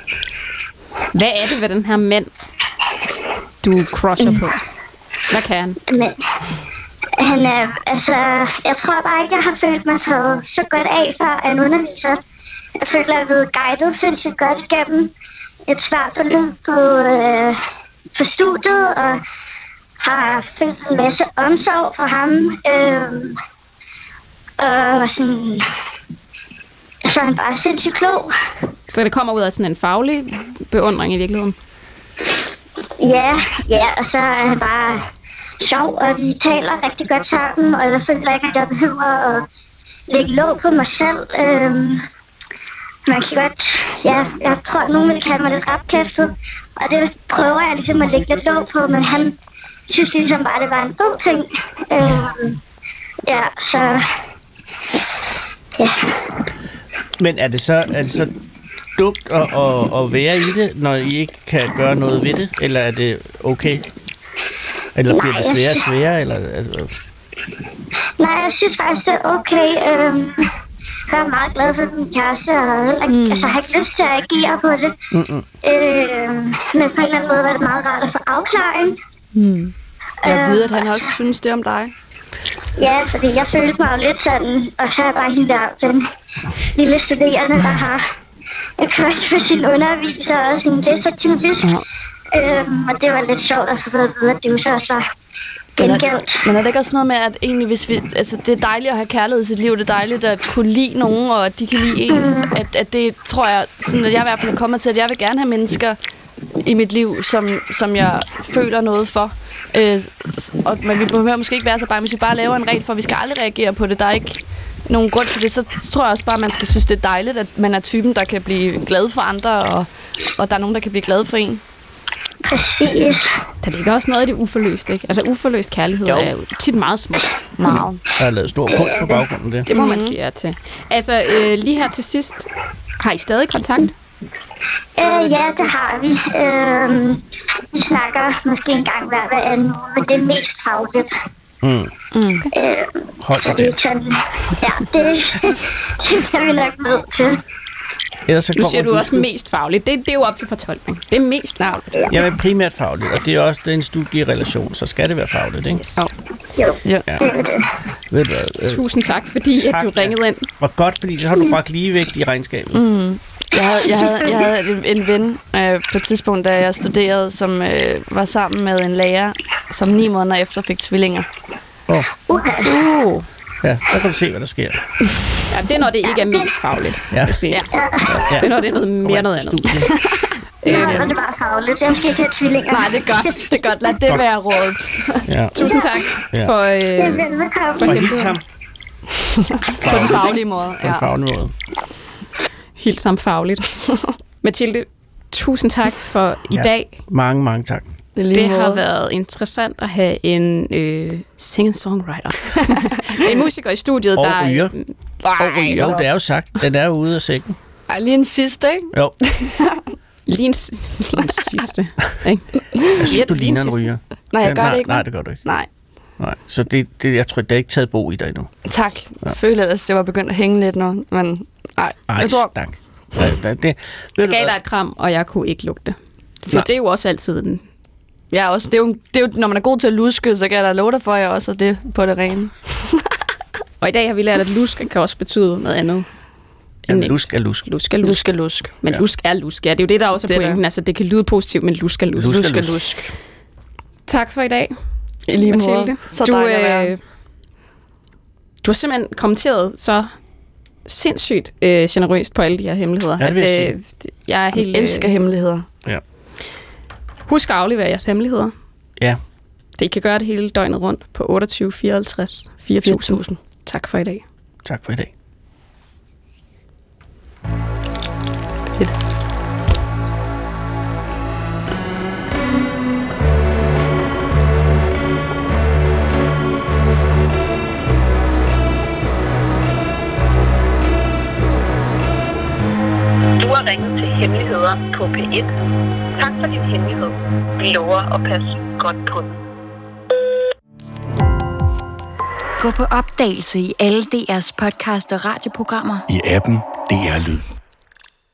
Hvad er det ved den her mand, du crusher mm. på? Hvad kan han? Men, han er, altså, jeg tror bare ikke, jeg har følt mig taget så godt af for en underviser. Jeg føler, at jeg er blevet guidet sindssygt godt igennem et svært forløb på, øh, på studiet, og har følt en masse omsorg for ham. Øh, og sådan, så er han bare sindssygt klog. Så det kommer ud af sådan en faglig beundring i virkeligheden? Ja, ja, og så er han bare sjov, og vi taler rigtig godt sammen, og jeg føler ikke, at jeg behøver at lægge låg på mig selv. Øhm, man kan godt, ja, jeg tror, at nogen vil kalde mig lidt rapkæftet, og det prøver jeg ligesom at lægge lidt låg på, men han synes ligesom bare, at det var en god ting. Øhm, ja, så ja. Men er det så, er det så dumt at, at, at være i det, når I ikke kan gøre noget ved det? Eller er det okay? Eller bliver det sværere og sværere? Eller, altså? Nej, jeg synes faktisk, det er okay. Øhm, jeg er meget glad for min kæreste, og mm. altså, jeg har ikke lyst til at agere på det. Mm-mm. Øhm, men på en eller anden måde var det meget rart at få afklaring. Mm. Jeg ved, at han også synes det om dig. Ja, fordi jeg følte mig jo lidt sådan, og så er bare hende der, den lille studerende, der har et crush for sin underviser, og sådan lidt så tydeligt. Ja. Øhm, og det var lidt sjovt at få at vide, at det jo så også var gengældt. Men er det ikke også noget med, at egentlig, hvis vi, altså, det er dejligt at have kærlighed i sit liv, det er dejligt at kunne lide nogen, og at de kan lide en, mm. at, at det tror jeg, sådan at jeg i hvert fald er kommet til, at jeg vil gerne have mennesker i mit liv, som, som jeg føler noget for. Øh, og, men vi behøver måske ikke være så bare, hvis vi bare laver en regel for, at vi skal aldrig reagere på det, der er ikke nogen grund til det, så tror jeg også bare, at man skal synes, det er dejligt, at man er typen, der kan blive glad for andre, og, og der er nogen, der kan blive glad for en. Præcis. Der ligger også noget af det uforløst, ikke? Altså uforløst kærlighed jo. Er jo tit meget smukt. Meget. Der er lavet stor kunst på baggrunden der. Det må mm-hmm. man sige ja til. Altså øh, lige her til sidst, har I stadig kontakt? Øh, ja, det har vi. Øh, vi snakker måske en gang hver hver anden uge, men det er mest fagligt. Mm. Mm. Øh, Hold da det. Sådan, ja, det, det er vi nok nødt til. Ellers så Nu siger kommer du også mest fagligt. Det, det er jo op til fortolkning. Det er mest fagligt. Jeg vil primært fagligt, og det er også det er en studierelation, så skal det være fagligt, ikke? Yes. Jo, Ja. Ja. det er det. Ved du hvad? Øh, Tusind tak, fordi tak, at du ringede ind. Hvor godt, fordi så har du bragt lige vægt i regnskabet. Mm. Jeg havde, jeg havde, jeg havde en, en ven øh, på et tidspunkt, da jeg studerede, som øh, var sammen med en lærer, som ni måneder efter fik tvillinger. Oh. Uh. Ja, så kan du se, hvad der sker. Ja, det er, når det ikke er mest fagligt. Ja. Ja. Ja. Det er, når det er noget mere noget andet. Ja, og det var fagligt. Jeg skal ikke have tvillinger. Nej, det er godt. Det er godt. Lad det Godt. være rådet. Ja. Tusind tak Ja. for, øh, Velbekomme. for Og hemmeligheden. hils ham. På den faglige måde. På en Ja. faglig måde. Helt sammen fagligt. Mathilde, tusind tak for i Ja. dag. Mange, mange tak. Det, er lige Det har måde. været interessant at have en øh, singer-songwriter. en musiker i studiet, Og der... ryger. Ej, Jo, det er jo sagt. Den er jo ude af sækken. Ej, lige en sidste, ikke? Jo, lige en, s- lige en sidste. Ikke? jeg synes, du Lige ligner en en sidste. ryger. Nej, jeg Ja, gør nej, det ikke. Nej, vel? det gør du ikke. Nej. Nej. Så det, det, jeg tror, det er ikke taget bo i dig endnu. Tak. Jeg føler, at det var begyndt at hænge lidt nu, men nej. Ej, Jeg tror, stank. Ja, det, det, ved Jeg du gav hvad? dig et kram, og jeg kunne ikke lugte. For Nej. det er jo også altid en... jeg er også, det, er jo, det er jo, når man er god til at luske, så kan jeg da love dig for, at jeg også er det på det rene. Og i dag har vi lært, at lusk kan også betyde noget andet. Ja, end nemt. lusk er lusk. Lusk er lusk. Lusk er lusk. Men Ja. lusk er lusk. Ja, det er jo det, der også er Det er pointen. der. Altså, det kan lyde positivt, men lusk er lusk. Lusk er Lusk er lusk. lusk. Tak for i dag, I lige måde. Mathilde. Så du, dejligt at være. øh, du har simpelthen kommenteret så sindssygt øh, generøst på alle de her hemmeligheder. Ja, det vil jeg at, øh, jeg er helt... Jeg elsker hemmeligheder. Ja. Husk at aflevere jeres hemmeligheder. Ja. Det kan gøre det hele døgnet rundt på otteogtyve fireoghalvtreds fire tusind. Tak for i dag. Tak for i dag. Du har ringet til Hemmeligheder på P et. Tak for din hemmelighed. Vi lover at passe godt på den. Gå på opdagelse i alle D R's podcast og radioprogrammer. I appen D R Lyd.